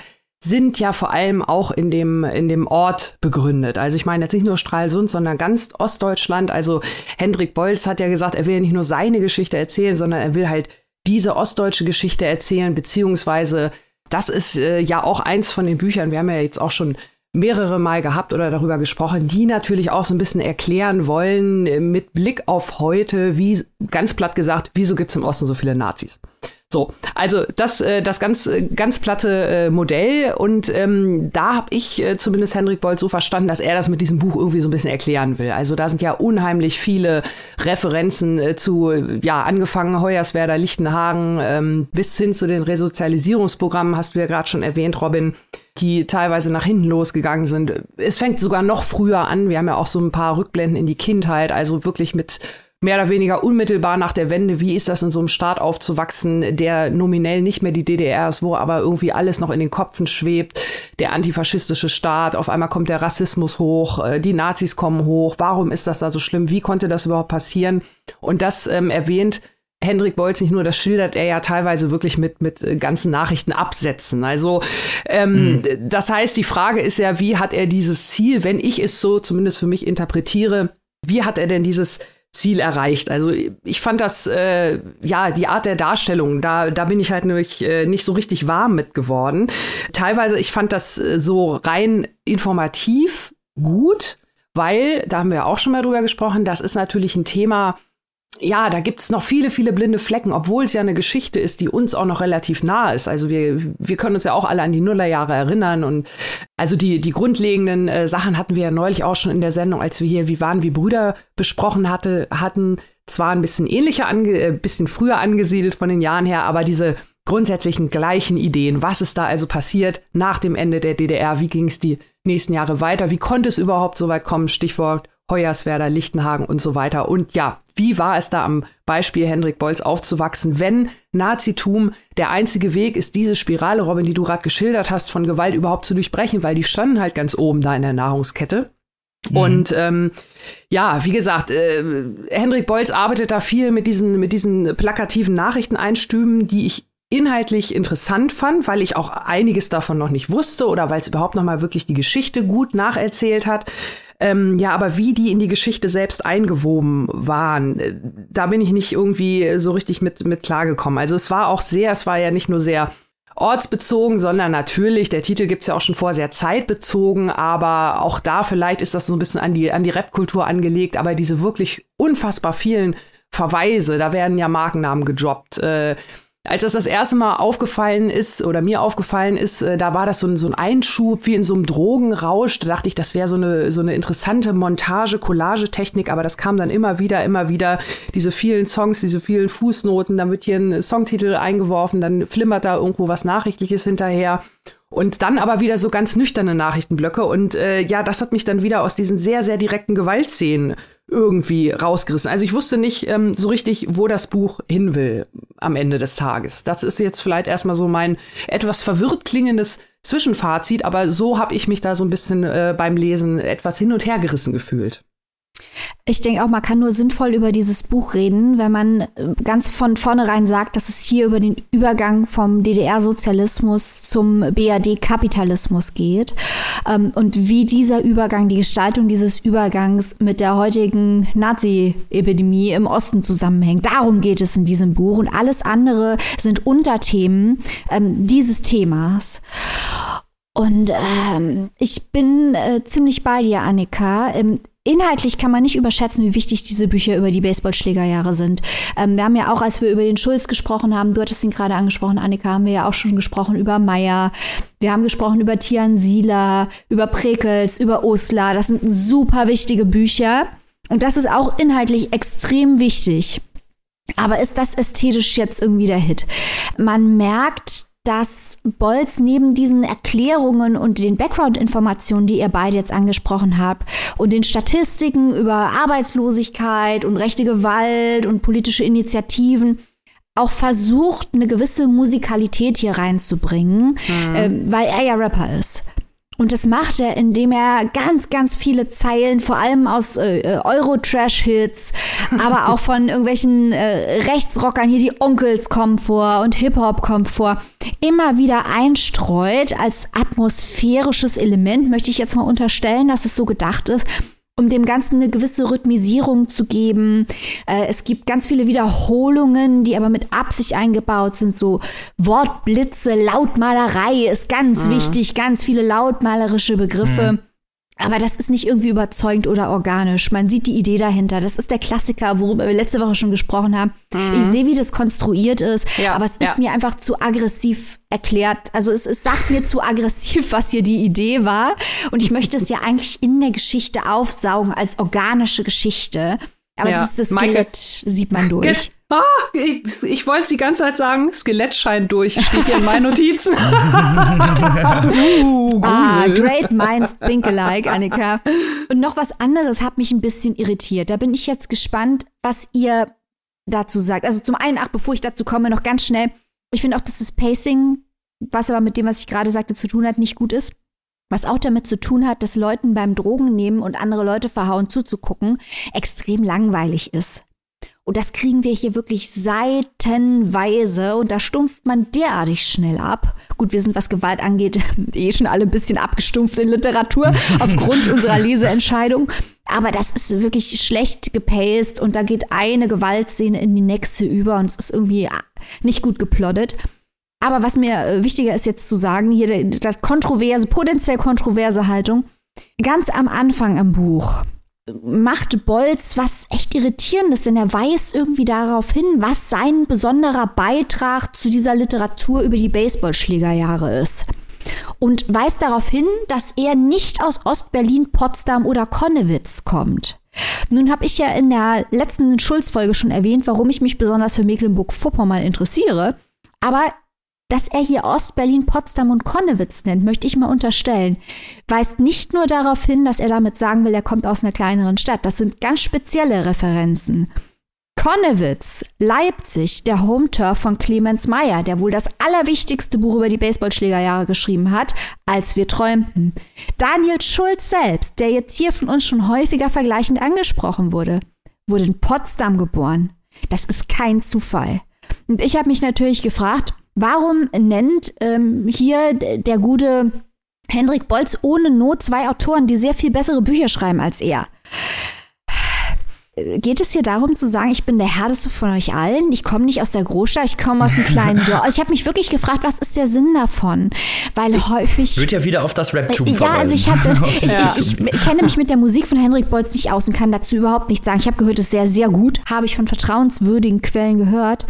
sind ja vor allem auch in dem, in dem Ort begründet. Also ich meine jetzt nicht nur Stralsund, sondern ganz Ostdeutschland. Also Hendrik Bolz hat ja gesagt, er will ja nicht nur seine Geschichte erzählen, sondern er will halt diese ostdeutsche Geschichte erzählen, beziehungsweise das ist äh, ja auch eins von den Büchern, wir haben ja jetzt auch schon mehrere Mal gehabt oder darüber gesprochen, die natürlich auch so ein bisschen erklären wollen, äh, mit Blick auf heute, wie, ganz platt gesagt, wieso gibt's im Osten so viele Nazis? So, also das, äh, das ganz, ganz platte äh, Modell und ähm, da habe ich äh, zumindest Hendrik Bolz so verstanden, dass er das mit diesem Buch irgendwie so ein bisschen erklären will. Also da sind ja unheimlich viele Referenzen äh, zu, ja, angefangen Hoyerswerda, Lichtenhagen ähm, bis hin zu den Resozialisierungsprogrammen, hast du ja gerade schon erwähnt, Robin, die teilweise nach hinten losgegangen sind. Es fängt sogar noch früher an, wir haben ja auch so ein paar Rückblenden in die Kindheit, also wirklich mit mehr oder weniger unmittelbar nach der Wende, wie ist das in so einem Staat aufzuwachsen, der nominell nicht mehr die D D R ist, wo aber irgendwie alles noch in den Köpfen schwebt, der antifaschistische Staat, auf einmal kommt der Rassismus hoch, die Nazis kommen hoch, warum ist das da so schlimm, wie konnte das überhaupt passieren? Und das ähm, erwähnt Hendrik Bolz nicht nur, das schildert er ja teilweise wirklich mit, mit ganzen Nachrichtenabsätzen. Also ähm, mhm. das heißt, die Frage ist ja, wie hat er dieses Ziel, wenn ich es so zumindest für mich interpretiere, wie hat er denn dieses Ziel erreicht? Also ich fand das, äh, ja, die Art der Darstellung, da, da bin ich halt nämlich äh, nicht so richtig warm mit geworden. Teilweise, ich fand das äh, so rein informativ gut, weil, da haben wir auch schon mal drüber gesprochen, das ist natürlich ein Thema, ja, da gibt's noch viele, viele blinde Flecken, obwohl es ja eine Geschichte ist, die uns auch noch relativ nah ist. Also wir, wir können uns ja auch alle an die Nullerjahre erinnern und also die, die grundlegenden äh, Sachen hatten wir ja neulich auch schon in der Sendung, als wir hier Wie waren wie Brüder besprochen hatte, hatten. Zwar ein bisschen ähnlicher, ange, äh, bisschen früher angesiedelt von den Jahren her, aber diese grundsätzlichen gleichen Ideen. Was ist da also passiert nach dem Ende der D D R? Wie ging es die nächsten Jahre weiter? Wie konnte es überhaupt so weit kommen? Stichwort Hoyerswerda, Lichtenhagen und so weiter. Und ja, wie war es da am Beispiel Hendrik Bolz aufzuwachsen, wenn Nazitum der einzige Weg ist, diese Spirale, Robin, die du gerade geschildert hast, von Gewalt überhaupt zu durchbrechen, weil die standen halt ganz oben da in der Nahrungskette. Mhm. Und ähm, ja, wie gesagt, äh, Hendrik Bolz arbeitet da viel mit diesen, mit diesen plakativen Nachrichteneinstüben, die ich inhaltlich interessant fand, weil ich auch einiges davon noch nicht wusste oder weil es überhaupt noch mal wirklich die Geschichte gut nacherzählt hat. Ähm, ja, aber wie die in die Geschichte selbst eingewoben waren, äh, da bin ich nicht irgendwie so richtig mit, mit klargekommen. Also es war auch sehr, es war ja nicht nur sehr ortsbezogen, sondern natürlich, der Titel gibt's ja auch schon vor, sehr zeitbezogen, aber auch da vielleicht ist das so ein bisschen an die, an die Rap-Kultur angelegt, aber diese wirklich unfassbar vielen Verweise, da werden ja Markennamen gedroppt, äh, Als das das erste Mal aufgefallen ist oder mir aufgefallen ist, äh, da war das so ein, so ein Einschub wie in so einem Drogenrausch. Da dachte ich, das wäre so eine, so eine interessante Montage-Collage-Technik, aber das kam dann immer wieder, immer wieder. Diese vielen Songs, diese vielen Fußnoten, dann wird hier ein Songtitel eingeworfen, dann flimmert da irgendwo was Nachrichtliches hinterher. Und dann aber wieder so ganz nüchterne Nachrichtenblöcke. Und äh, ja, das hat mich dann wieder aus diesen sehr, sehr direkten Gewaltszenen irgendwie rausgerissen. Also ich wusste nicht ähm, so richtig, wo das Buch hin will am Ende des Tages. Das ist jetzt vielleicht erstmal so mein etwas verwirrt klingendes Zwischenfazit, aber so habe ich mich da so ein bisschen äh, beim Lesen etwas hin und her gerissen gefühlt. Ich denke auch, man kann nur sinnvoll über dieses Buch reden, wenn man ganz von vornherein sagt, dass es hier über den Übergang vom D D R-Sozialismus zum B R D-Kapitalismus geht ähm, und wie dieser Übergang, die Gestaltung dieses Übergangs mit der heutigen Nazi-Epidemie im Osten zusammenhängt. Darum geht es in diesem Buch und alles andere sind Unterthemen ähm, dieses Themas. Und ähm, ich bin äh, ziemlich bei dir, Annika. Ähm, Inhaltlich kann man nicht überschätzen, wie wichtig diese Bücher über die Baseballschlägerjahre sind. Ähm, wir haben ja auch, als wir über den Schulz gesprochen haben, du hattest ihn gerade angesprochen, Annika, haben wir ja auch schon gesprochen über Meyer. Wir haben gesprochen über Tian Sieler, über Prekels, über Osler. Das sind super wichtige Bücher. Und das ist auch inhaltlich extrem wichtig. Aber ist das ästhetisch jetzt irgendwie der Hit? Man merkt, dass Bolz neben diesen Erklärungen und den Background-Informationen, die ihr beide jetzt angesprochen habt, und den Statistiken über Arbeitslosigkeit und rechte Gewalt und politische Initiativen auch versucht, eine gewisse Musikalität hier reinzubringen, mhm. äh, weil er ja Rapper ist. Und das macht er, indem er ganz, ganz viele Zeilen, vor allem aus äh, Euro-Trash-Hits, aber auch von irgendwelchen äh, Rechtsrockern, hier die Onkels kommen vor und Hip-Hop kommt vor, immer wieder einstreut als atmosphärisches Element, möchte ich jetzt mal unterstellen, dass es so gedacht ist, um dem Ganzen eine gewisse Rhythmisierung zu geben. Äh, es gibt ganz viele Wiederholungen, die aber mit Absicht eingebaut sind. So Wortblitze, Lautmalerei ist ganz mhm. wichtig, ganz viele lautmalerische Begriffe. Mhm. Aber das ist nicht irgendwie überzeugend oder organisch. Man sieht die Idee dahinter. Das ist der Klassiker, worüber wir letzte Woche schon gesprochen haben. Mhm. Ich sehe, wie das konstruiert ist, ja, aber es ist ja. mir einfach zu aggressiv erklärt. Also es, es sagt mir zu aggressiv, was hier die Idee war. Und ich möchte es ja eigentlich in der Geschichte aufsaugen als organische Geschichte. Aber ja. das, das Skelett sieht man durch. Ah, ich, ich wollte es die ganze Zeit sagen, Skelett scheint durch, steht hier in meinen Notizen. uh, ah, great minds think alike, Annika. Und noch was anderes hat mich ein bisschen irritiert. Da bin ich jetzt gespannt, was ihr dazu sagt. Also zum einen, ach, bevor ich dazu komme, noch ganz schnell. Ich finde auch, dass das Pacing, was aber mit dem, was ich gerade sagte, zu tun hat, nicht gut ist. Was auch damit zu tun hat, dass Leuten beim Drogennehmen und andere Leute verhauen zuzugucken, extrem langweilig ist. Und das kriegen wir hier wirklich seitenweise und da stumpft man derartig schnell ab. Gut, wir sind, was Gewalt angeht, eh schon alle ein bisschen abgestumpft in Literatur aufgrund unserer Leseentscheidung. Aber das ist wirklich schlecht gepaced und da geht eine Gewaltszene in die nächste über und es ist irgendwie nicht gut geplottet. Aber was mir wichtiger ist jetzt zu sagen, hier die kontroverse, potenziell kontroverse Haltung, ganz am Anfang im Buch macht Bolz was echt Irritierendes, denn er weist irgendwie darauf hin, was sein besonderer Beitrag zu dieser Literatur über die Baseballschlägerjahre ist. Und weist darauf hin, dass er nicht aus Ostberlin, Potsdam oder Konnewitz kommt. Nun habe ich ja in der letzten Schulz-Folge schon erwähnt, warum ich mich besonders für Mecklenburg-Vorpommern interessiere. Aber dass er hier Ostberlin, Potsdam und Konnewitz nennt, möchte ich mal unterstellen, weist nicht nur darauf hin, dass er damit sagen will, er kommt aus einer kleineren Stadt. Das sind ganz spezielle Referenzen. Konnewitz, Leipzig, der Home-Turf von Clemens Meyer, der wohl das allerwichtigste Buch über die Baseballschlägerjahre geschrieben hat, Als wir träumten. Daniel Schulz selbst, der jetzt hier von uns schon häufiger vergleichend angesprochen wurde, wurde in Potsdam geboren. Das ist kein Zufall. Und ich habe mich natürlich gefragt, warum nennt ähm, hier d- der gute Hendrik Bolz ohne Not zwei Autoren, die sehr viel bessere Bücher schreiben als er? Geht es hier darum zu sagen, ich bin der Härteste von euch allen? Ich komme nicht aus der Großstadt, ich komme aus einem kleinen Dorf. Also ich habe mich wirklich gefragt, was ist der Sinn davon? Weil ich häufig... Wird ja wieder auf das Rap-Tum Ja, verweisen. also ich hatte... ich, ich, ich kenne mich mit der Musik von Hendrik Bolz nicht aus und kann dazu überhaupt nichts sagen. Ich habe gehört, es ist sehr, sehr gut. Habe ich von vertrauenswürdigen Quellen gehört.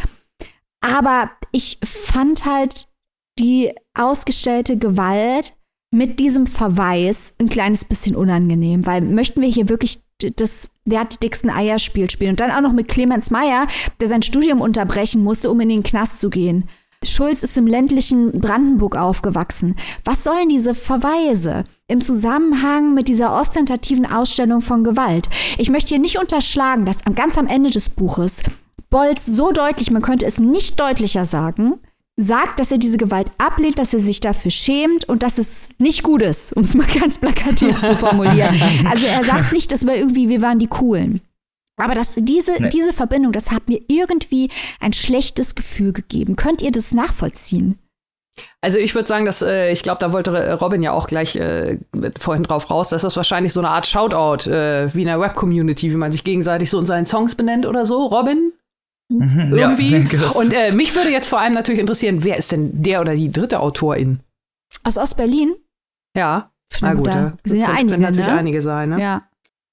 Aber ich fand halt die ausgestellte Gewalt mit diesem Verweis ein kleines bisschen unangenehm, weil möchten wir hier wirklich das Wer hat die dicksten Eier-Spiel spielen und dann auch noch mit Clemens Meyer, der sein Studium unterbrechen musste, um in den Knast zu gehen. Schulz ist im ländlichen Brandenburg aufgewachsen. Was sollen diese Verweise im Zusammenhang mit dieser ostentativen Ausstellung von Gewalt? Ich möchte hier nicht unterschlagen, dass ganz am Ende des Buches Bolz so deutlich, man könnte es nicht deutlicher sagen, sagt, dass er diese Gewalt ablehnt, dass er sich dafür schämt und dass es nicht gut ist, um es mal ganz plakativ zu formulieren. Also er sagt nicht, das war irgendwie, wir waren die Coolen. Aber das, diese, nee. diese Verbindung, das hat mir irgendwie ein schlechtes Gefühl gegeben. Könnt ihr das nachvollziehen? Also ich würde sagen, dass äh, ich glaube, da wollte Robin ja auch gleich äh, vorhin drauf raus, dass das wahrscheinlich so eine Art Shoutout äh, wie in der Web-Community, wie man sich gegenseitig so in seinen Songs benennt oder so, Robin? Mhm, irgendwie. Ja, und äh, mich würde jetzt vor allem natürlich interessieren, wer ist denn der oder die dritte Autorin? Aus Ostberlin? Ja. Na gut, da sind ja einige, natürlich ne? einige sein, ne? Ja.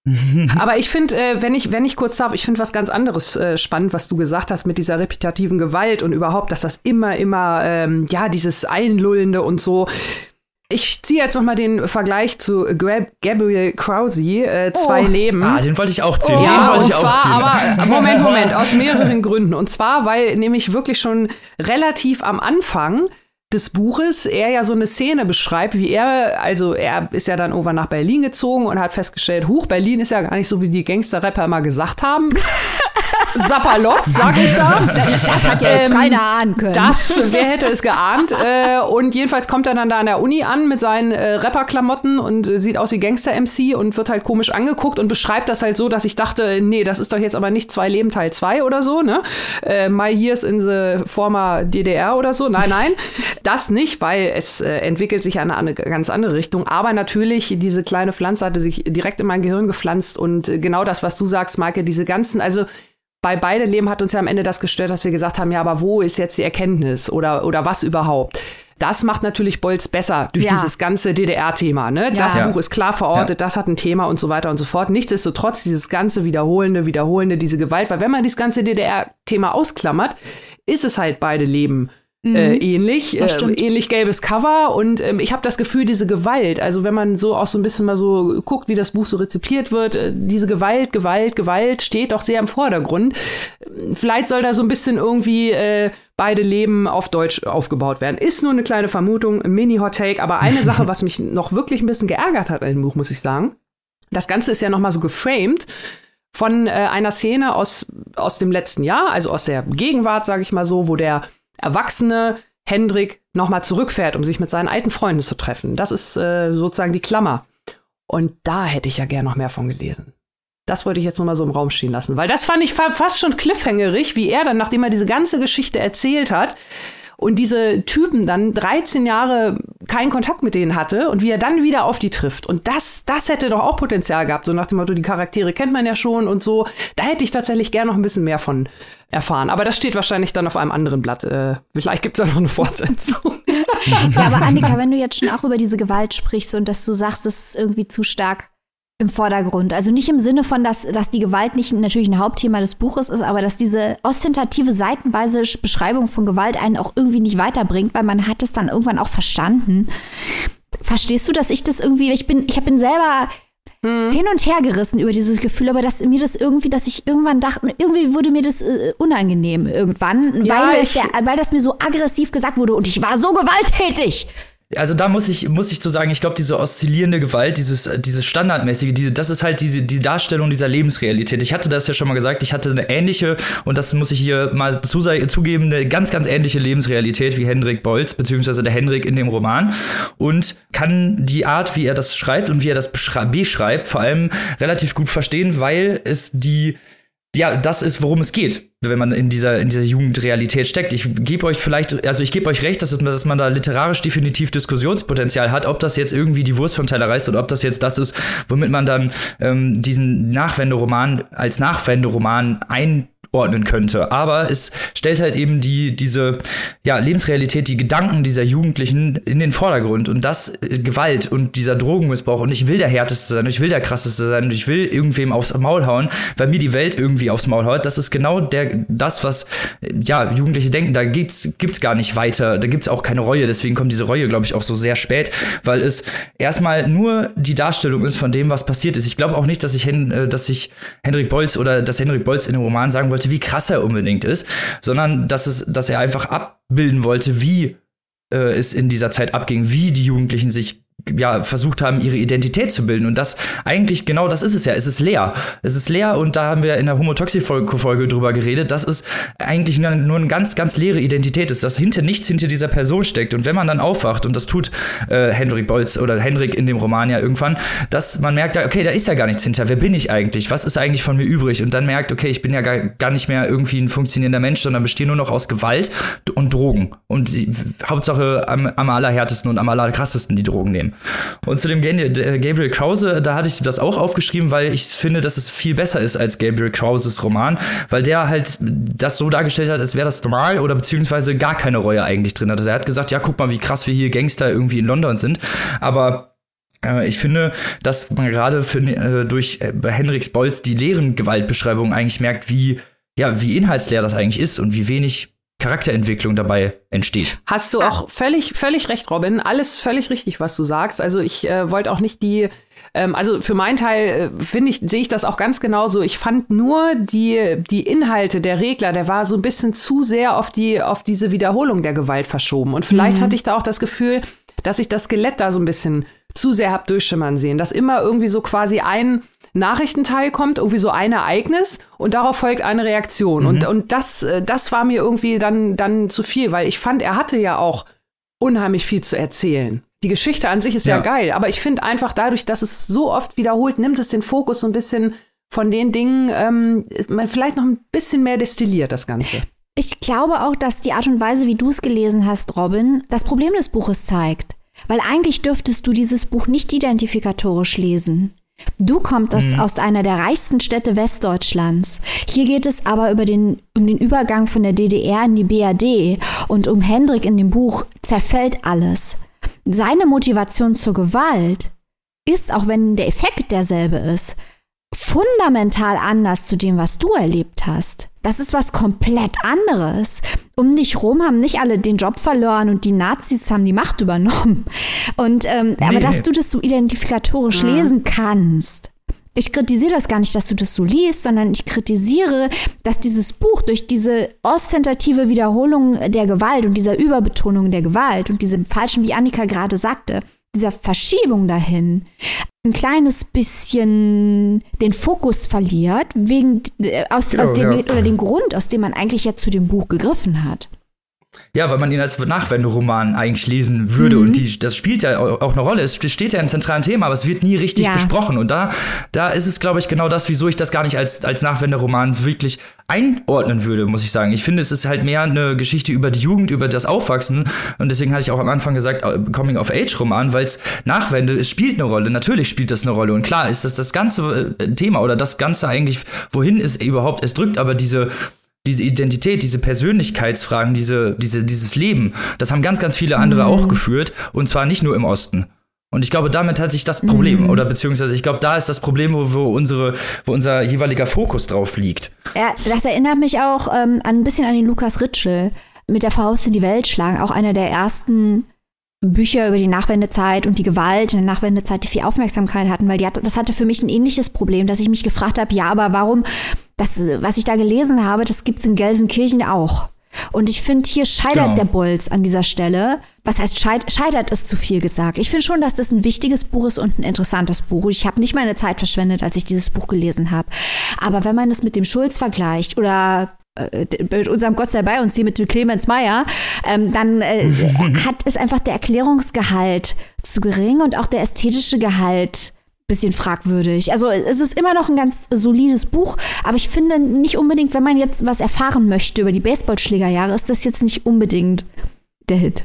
Aber ich finde, äh, wenn ich wenn ich kurz darf, ich finde was ganz anderes äh, spannend, was du gesagt hast mit dieser repetitiven Gewalt und überhaupt, dass das immer, immer, ähm, ja, dieses Einlullende und so. Ich ziehe jetzt noch mal den Vergleich zu Gab- Gabriel Krause, äh, Zwei oh. Leben. Ah, den wollte ich auch ziehen. Oh. Den Ja, wollte ich und auch zwar, ziehen. Aber Moment, Moment, aus mehreren Gründen. Und zwar, weil nämlich wirklich schon relativ am Anfang des Buches er ja so eine Szene beschreibt, wie er, also er ist ja dann over nach Berlin gezogen und hat festgestellt, huch, Berlin ist ja gar nicht so, wie die Gangster-Rapper immer gesagt haben. Sapperlot, sag ich da. Das hat ja jetzt ähm, keiner ahnen können. Das, wer hätte es geahnt? äh, und jedenfalls kommt er dann da an der Uni an mit seinen äh, Rapperklamotten und äh, sieht aus wie Gangster-M C und wird halt komisch angeguckt und beschreibt das halt so, dass ich dachte, nee, das ist doch jetzt aber nicht Zwei Leben Teil zwei oder so, ne? Äh, My Years in the former D D R oder so. Nein, nein, das nicht, weil es äh, entwickelt sich in eine, eine ganz andere Richtung. Aber natürlich, diese kleine Pflanze hatte sich direkt in mein Gehirn gepflanzt und äh, genau das, was du sagst, Maike, diese ganzen, also bei Beide Leben hat uns ja am Ende das gestört, dass wir gesagt haben, ja, aber wo ist jetzt die Erkenntnis oder, oder was überhaupt? Das macht natürlich Bolz besser durch ja. dieses ganze D D R-Thema. Ne? Ja. Das ja. Buch ist klar verortet, ja. das hat ein Thema und so weiter und so fort. Nichtsdestotrotz dieses ganze Wiederholende, Wiederholende, diese Gewalt, weil wenn man dieses ganze D D R-Thema ausklammert, ist es halt Beide Leben Mhm. Äh, ähnlich, äh, ähnlich gelbes Cover und ähm, ich habe das Gefühl, diese Gewalt, also wenn man so auch so ein bisschen mal so guckt, wie das Buch so rezipiert wird, äh, diese Gewalt, Gewalt, Gewalt steht doch sehr im Vordergrund. Vielleicht soll da so ein bisschen irgendwie äh, Beide Leben auf Deutsch aufgebaut werden. Ist nur eine kleine Vermutung, ein Mini-Hot-Take, aber eine Sache, was mich noch wirklich ein bisschen geärgert hat an dem Buch, muss ich sagen, das Ganze ist ja noch mal so geframed von äh, einer Szene aus, aus dem letzten Jahr, also aus der Gegenwart, sage ich mal so, wo der erwachsene Hendrik nochmal zurückfährt, um sich mit seinen alten Freunden zu treffen. Das ist äh, sozusagen die Klammer. Und da hätte ich ja gern noch mehr von gelesen. Das wollte ich jetzt nochmal so im Raum stehen lassen, weil das fand ich fa- fast schon cliffhangerig, wie er dann, nachdem er diese ganze Geschichte erzählt hat und diese Typen dann dreizehn Jahre keinen Kontakt mit denen hatte und wie er dann wieder auf die trifft. Und das, das hätte doch auch Potenzial gehabt, so nach dem Motto, die Charaktere kennt man ja schon und so. Da hätte ich tatsächlich gern noch ein bisschen mehr von erfahren. Aber das steht wahrscheinlich dann auf einem anderen Blatt. Äh, vielleicht gibt es da noch eine Fortsetzung. Ja, aber Annika, wenn du jetzt schon auch über diese Gewalt sprichst und dass du sagst, es ist irgendwie zu stark im Vordergrund. Also nicht im Sinne von, dass, dass die Gewalt nicht natürlich ein Hauptthema des Buches ist, aber dass diese ostentative, seitenweise Beschreibung von Gewalt einen auch irgendwie nicht weiterbringt, weil man hat es dann irgendwann auch verstanden. Verstehst du, dass ich das irgendwie, ich bin, ich bin selber hm. hin und her gerissen über dieses Gefühl, aber dass mir das irgendwie, dass ich irgendwann dachte, irgendwie wurde mir das äh, unangenehm irgendwann, ja, weil, es der, weil das mir so aggressiv gesagt wurde und ich war so gewalttätig. Also da muss ich, muss ich zu sagen, ich glaube, diese oszillierende Gewalt, dieses, dieses Standardmäßige, diese, das ist halt diese, die Darstellung dieser Lebensrealität. Ich hatte das ja schon mal gesagt, ich hatte eine ähnliche, und das muss ich hier mal zu, zugeben, eine ganz, ganz ähnliche Lebensrealität wie Hendrik Bolz, beziehungsweise der Hendrik in dem Roman, und kann die Art, wie er das schreibt und wie er das beschreibt, vor allem relativ gut verstehen, weil es die, ja, das ist, worum es geht, wenn man in dieser, in dieser Jugendrealität steckt. Ich gebe euch vielleicht, also ich gebe euch recht, dass, es, dass man da literarisch definitiv Diskussionspotenzial hat, ob das jetzt irgendwie die Wurst vom Teller reißt oder ob das jetzt das ist, womit man dann ähm, diesen Nachwenderoman als Nachwenderoman ein ordnen könnte. Aber es stellt halt eben die, diese, ja, Lebensrealität, die Gedanken dieser Jugendlichen in den Vordergrund. Und das, äh, Gewalt und dieser Drogenmissbrauch. Und ich will der Härteste sein, ich will der Krasseste sein und ich will irgendwem aufs Maul hauen, weil mir die Welt irgendwie aufs Maul haut. Das ist genau der, das, was, ja, Jugendliche denken. Da gibt's, gibt's gar nicht weiter. Da gibt's auch keine Reue. Deswegen kommt diese Reue, glaube ich, auch so sehr spät, weil es erstmal nur die Darstellung ist von dem, was passiert ist. Ich glaube auch nicht, dass ich, Hen- dass ich Hendrik Bolz oder dass Hendrik Bolz in dem Roman sagen wollte, wie krass er unbedingt ist, sondern dass es, dass er einfach abbilden wollte, wie äh, es in dieser Zeit abging, wie die Jugendlichen sich ja versucht haben, ihre Identität zu bilden. Und das eigentlich, genau das ist es ja. Es ist leer. Es ist leer und da haben wir in der Homotoxi-Folge drüber geredet, dass es eigentlich nur eine ganz, ganz leere Identität ist, dass hinter nichts hinter dieser Person steckt. Und wenn man dann aufwacht, und das tut äh, Hendrik Bolz oder Hendrik in dem Roman ja irgendwann, dass man merkt, okay, da ist ja gar nichts hinter. Wer bin ich eigentlich? Was ist eigentlich von mir übrig? Und dann merkt, okay, ich bin ja gar, gar nicht mehr irgendwie ein funktionierender Mensch, sondern bestehe nur noch aus Gewalt und Drogen. Und die, Hauptsache am, am allerhärtesten und am allerkrassesten die Drogen nehmen. Und zu dem Gabriel Krause, da hatte ich das auch aufgeschrieben, weil ich finde, dass es viel besser ist als Gabriel Krauses Roman, weil der halt das so dargestellt hat, als wäre das normal oder beziehungsweise gar keine Reue eigentlich drin hatte. Er hat gesagt, ja, guck mal, wie krass wir hier Gangster irgendwie in London sind, aber äh, ich finde, dass man gerade für, äh, durch äh, Hendrik Bolz die leeren Gewaltbeschreibungen eigentlich merkt, wie, ja, wie inhaltsleer das eigentlich ist und wie wenig Charakterentwicklung dabei entsteht. Hast du auch völlig, völlig recht, Robin. Alles völlig richtig, was du sagst. Also ich äh, wollte auch nicht die, ähm, also für meinen Teil äh, finde ich, sehe ich das auch ganz genauso. Ich fand nur die, die Inhalte der Regler, der war so ein bisschen zu sehr auf die, auf diese Wiederholung der Gewalt verschoben. Und vielleicht mhm. hatte ich da auch das Gefühl, dass ich das Skelett da so ein bisschen zu sehr hab durchschimmern sehen, dass immer irgendwie so quasi ein Nachrichtenteil kommt, irgendwie so ein Ereignis und darauf folgt eine Reaktion. Mhm. Und, und das, das war mir irgendwie dann, dann zu viel, weil ich fand, er hatte ja auch unheimlich viel zu erzählen. Die Geschichte an sich ist ja, ja geil, aber ich finde einfach dadurch, dass es so oft wiederholt, nimmt es den Fokus so ein bisschen von den Dingen, ähm, man vielleicht noch ein bisschen mehr destilliert, das Ganze. Ich glaube auch, dass die Art und Weise, wie du es gelesen hast, Robin, das Problem des Buches zeigt. Weil eigentlich dürftest du dieses Buch nicht identifikatorisch lesen. Du kommst mhm. aus einer der reichsten Städte Westdeutschlands. Hier geht es aber über den, um den Übergang von der D D R in die B R D. Und um Hendrik in dem Buch zerfällt alles. Seine Motivation zur Gewalt ist, auch wenn der Effekt derselbe ist, fundamental anders zu dem, was du erlebt hast. Das ist was komplett anderes. Um dich rum haben nicht alle den Job verloren und die Nazis haben die Macht übernommen. Und ähm, nee. Aber dass du das so identifikatorisch ja. lesen kannst. Ich kritisiere das gar nicht, dass du das so liest, sondern ich kritisiere, dass dieses Buch durch diese ostentative Wiederholung der Gewalt und dieser Überbetonung der Gewalt und diesem Falschen, wie Annika gerade sagte, dieser Verschiebung dahin, ein kleines bisschen den Fokus verliert, wegen äh, aus, genau, aus dem, ja. oder den Grund, aus dem man eigentlich ja zu dem Buch gegriffen hat. Ja, weil man ihn als Nachwenderoman eigentlich lesen würde. Mhm. Und die, das spielt ja auch eine Rolle. Es steht ja im zentralen Thema, aber es wird nie richtig ja. besprochen. Und da, da ist es, glaube ich, genau das, wieso ich das gar nicht als, als Nachwenderoman wirklich einordnen würde, muss ich sagen. Ich finde, es ist halt mehr eine Geschichte über die Jugend, über das Aufwachsen. Und deswegen hatte ich auch am Anfang gesagt, Coming-of-Age-Roman, weil es Nachwende, es spielt eine Rolle. Natürlich spielt das eine Rolle. Und klar ist das das ganze Thema oder das Ganze eigentlich, wohin es überhaupt, es drückt aber diese Diese Identität, diese Persönlichkeitsfragen, diese, diese, dieses Leben, das haben ganz, ganz viele andere mhm. auch geführt. Und zwar nicht nur im Osten. Und ich glaube, damit hat sich das Problem, mhm. oder beziehungsweise ich glaube, da ist das Problem, wo, wo, unsere, wo unser jeweiliger Fokus drauf liegt. Ja, das erinnert mich auch ähm, ein bisschen an den Lukas Ritschl mit der Faust in die Welt schlagen. Auch einer der ersten Bücher über die Nachwendezeit und die Gewalt in der Nachwendezeit, die viel Aufmerksamkeit hatten, weil die hat, das hatte für mich ein ähnliches Problem, dass ich mich gefragt habe, ja, aber warum, das, was ich da gelesen habe, das gibt's in Gelsenkirchen auch. Und ich finde, hier scheitert genau. der Bolz an dieser Stelle. Was heißt scheit- scheitert, ist zu viel gesagt. Ich finde schon, dass das ein wichtiges Buch ist und ein interessantes Buch. Ich habe nicht meine Zeit verschwendet, als ich dieses Buch gelesen habe. Aber wenn man es mit dem Schulz vergleicht oder mit unserem Gott sei bei uns hier mit dem Clemens Meyer, ähm, dann äh, hat es einfach der Erklärungsgehalt zu gering und auch der ästhetische Gehalt ein bisschen fragwürdig. Also es ist immer noch ein ganz solides Buch, aber ich finde nicht unbedingt, wenn man jetzt was erfahren möchte über die Baseballschlägerjahre, ist das jetzt nicht unbedingt der Hit.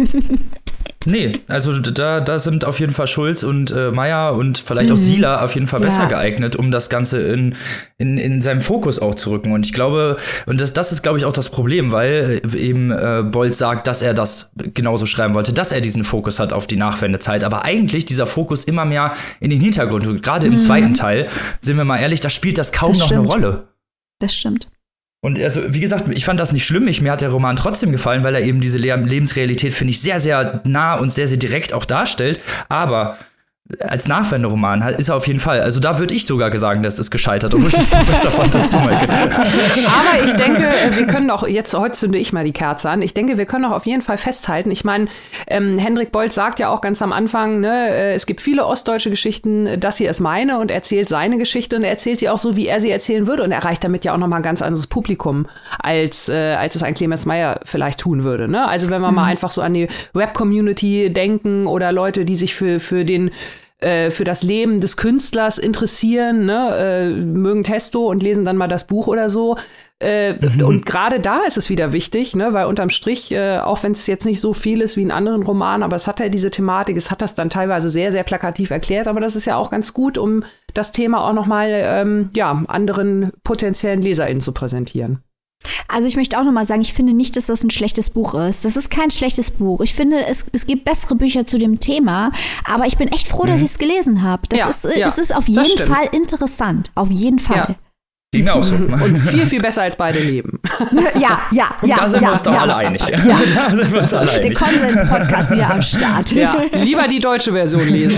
Nee, also da, da sind auf jeden Fall Schulz und äh, Meyer und vielleicht mhm. auch Sieler auf jeden Fall besser ja. geeignet, um das Ganze in, in, in seinem Fokus auch zu rücken. Und ich glaube, und das, das ist, glaube ich, auch das Problem, weil eben äh, Bolz sagt, dass er das genauso schreiben wollte, dass er diesen Fokus hat auf die Nachwendezeit. Aber eigentlich dieser Fokus immer mehr in den Hintergrund. Und gerade im mhm. zweiten Teil, sind wir mal ehrlich, da spielt das kaum das noch stimmt. eine Rolle. Das stimmt. Und also, wie gesagt, ich fand das nicht schlimm. Ich, mir hat der Roman trotzdem gefallen, weil er eben diese Le- Lebensrealität, finde ich, sehr, sehr nah und sehr, sehr direkt auch darstellt. Aber als Nachwenderoman ist er auf jeden Fall. Also da würde ich sogar sagen, das ist gescheitert, obwohl ich das Buch besser fand als du, Maike. Aber ich denke, wir können doch, jetzt heute zünde ich mal die Kerze an, ich denke, wir können doch auf jeden Fall festhalten. Ich meine, ähm, Hendrik Bolz sagt ja auch ganz am Anfang, ne, äh, es gibt viele ostdeutsche Geschichten, das hier ist meine, und er erzählt seine Geschichte und er erzählt sie auch so, wie er sie erzählen würde, und er erreicht damit ja auch nochmal ein ganz anderes Publikum, als, äh, als es ein Clemens Meyer vielleicht tun würde. Ne? Also wenn wir mhm. mal einfach so an die Rap-Community denken oder Leute, die sich für, für den für das Leben des Künstlers interessieren, ne, äh, mögen Testo und lesen dann mal das Buch oder so. Äh, mhm. Und gerade da ist es wieder wichtig, ne, weil unterm Strich, äh, auch wenn es jetzt nicht so viel ist wie in anderen Romanen, aber es hat ja diese Thematik, es hat das dann teilweise sehr, sehr plakativ erklärt, aber das ist ja auch ganz gut, um das Thema auch noch mal ähm, ja, anderen potenziellen LeserInnen zu präsentieren. Also ich möchte auch noch mal sagen, ich finde nicht, dass das ein schlechtes Buch ist. Das ist kein schlechtes Buch. Ich finde, es, es gibt bessere Bücher zu dem Thema, aber ich bin echt froh, mhm. dass ich es gelesen habe. Das ja, ist, ja, es ist auf jeden Fall interessant. Auf jeden Fall. Ja. Ging auch so. Und viel, viel besser als beide Leben. Ja, ja, und ja. Da sind ja, wir uns doch ja, alle einig. Ja. Da sind wir uns alle einig. Der Konsens-Podcast wieder am Start. Ja, lieber die deutsche Version lesen.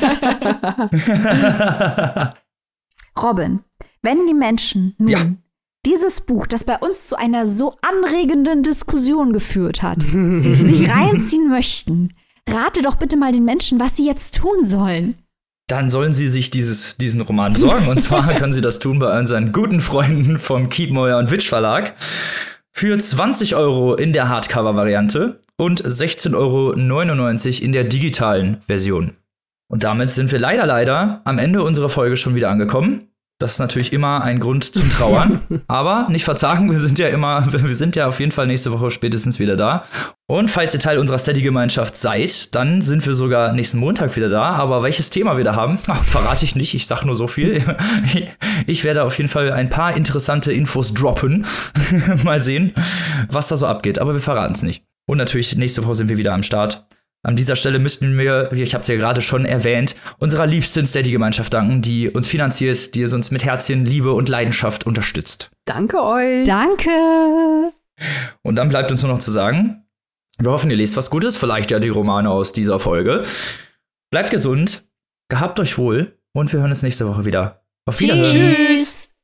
Robin, wenn die Menschen nun ja. dieses Buch, das bei uns zu einer so anregenden Diskussion geführt hat, sich reinziehen möchten, rate doch bitte mal den Menschen, was sie jetzt tun sollen. dann sollen Sie sich dieses, diesen Roman besorgen. Und zwar können Sie das tun bei unseren guten Freunden vom Kiepenheuer und Witsch Verlag für zwanzig Euro in der Hardcover-Variante und sechzehn Euro neunundneunzig in der digitalen Version. Und damit sind wir leider, leider am Ende unserer Folge schon wieder angekommen. Das ist natürlich immer ein Grund zum Trauern. Aber nicht verzagen, wir sind ja immer, wir sind ja auf jeden Fall nächste Woche spätestens wieder da. Und falls ihr Teil unserer Steady-Gemeinschaft seid, dann sind wir sogar nächsten Montag wieder da. Aber welches Thema wir da haben, ach, verrate ich nicht. Ich sag nur so viel. Ich werde auf jeden Fall ein paar interessante Infos droppen. Mal sehen, was da so abgeht. Aber wir verraten es nicht. Und natürlich, nächste Woche sind wir wieder am Start. An dieser Stelle müssten wir, ich habe es ja gerade schon erwähnt, unserer liebsten Steady-Gemeinschaft danken, die uns finanziert, die uns mit Herzchen, Liebe und Leidenschaft unterstützt. Danke euch. Danke. Und dann bleibt uns nur noch zu sagen, wir hoffen, ihr lest was Gutes, vielleicht ja die Romane aus dieser Folge. Bleibt gesund, gehabt euch wohl und wir hören uns nächste Woche wieder. Auf Wiederhören. Tschüss.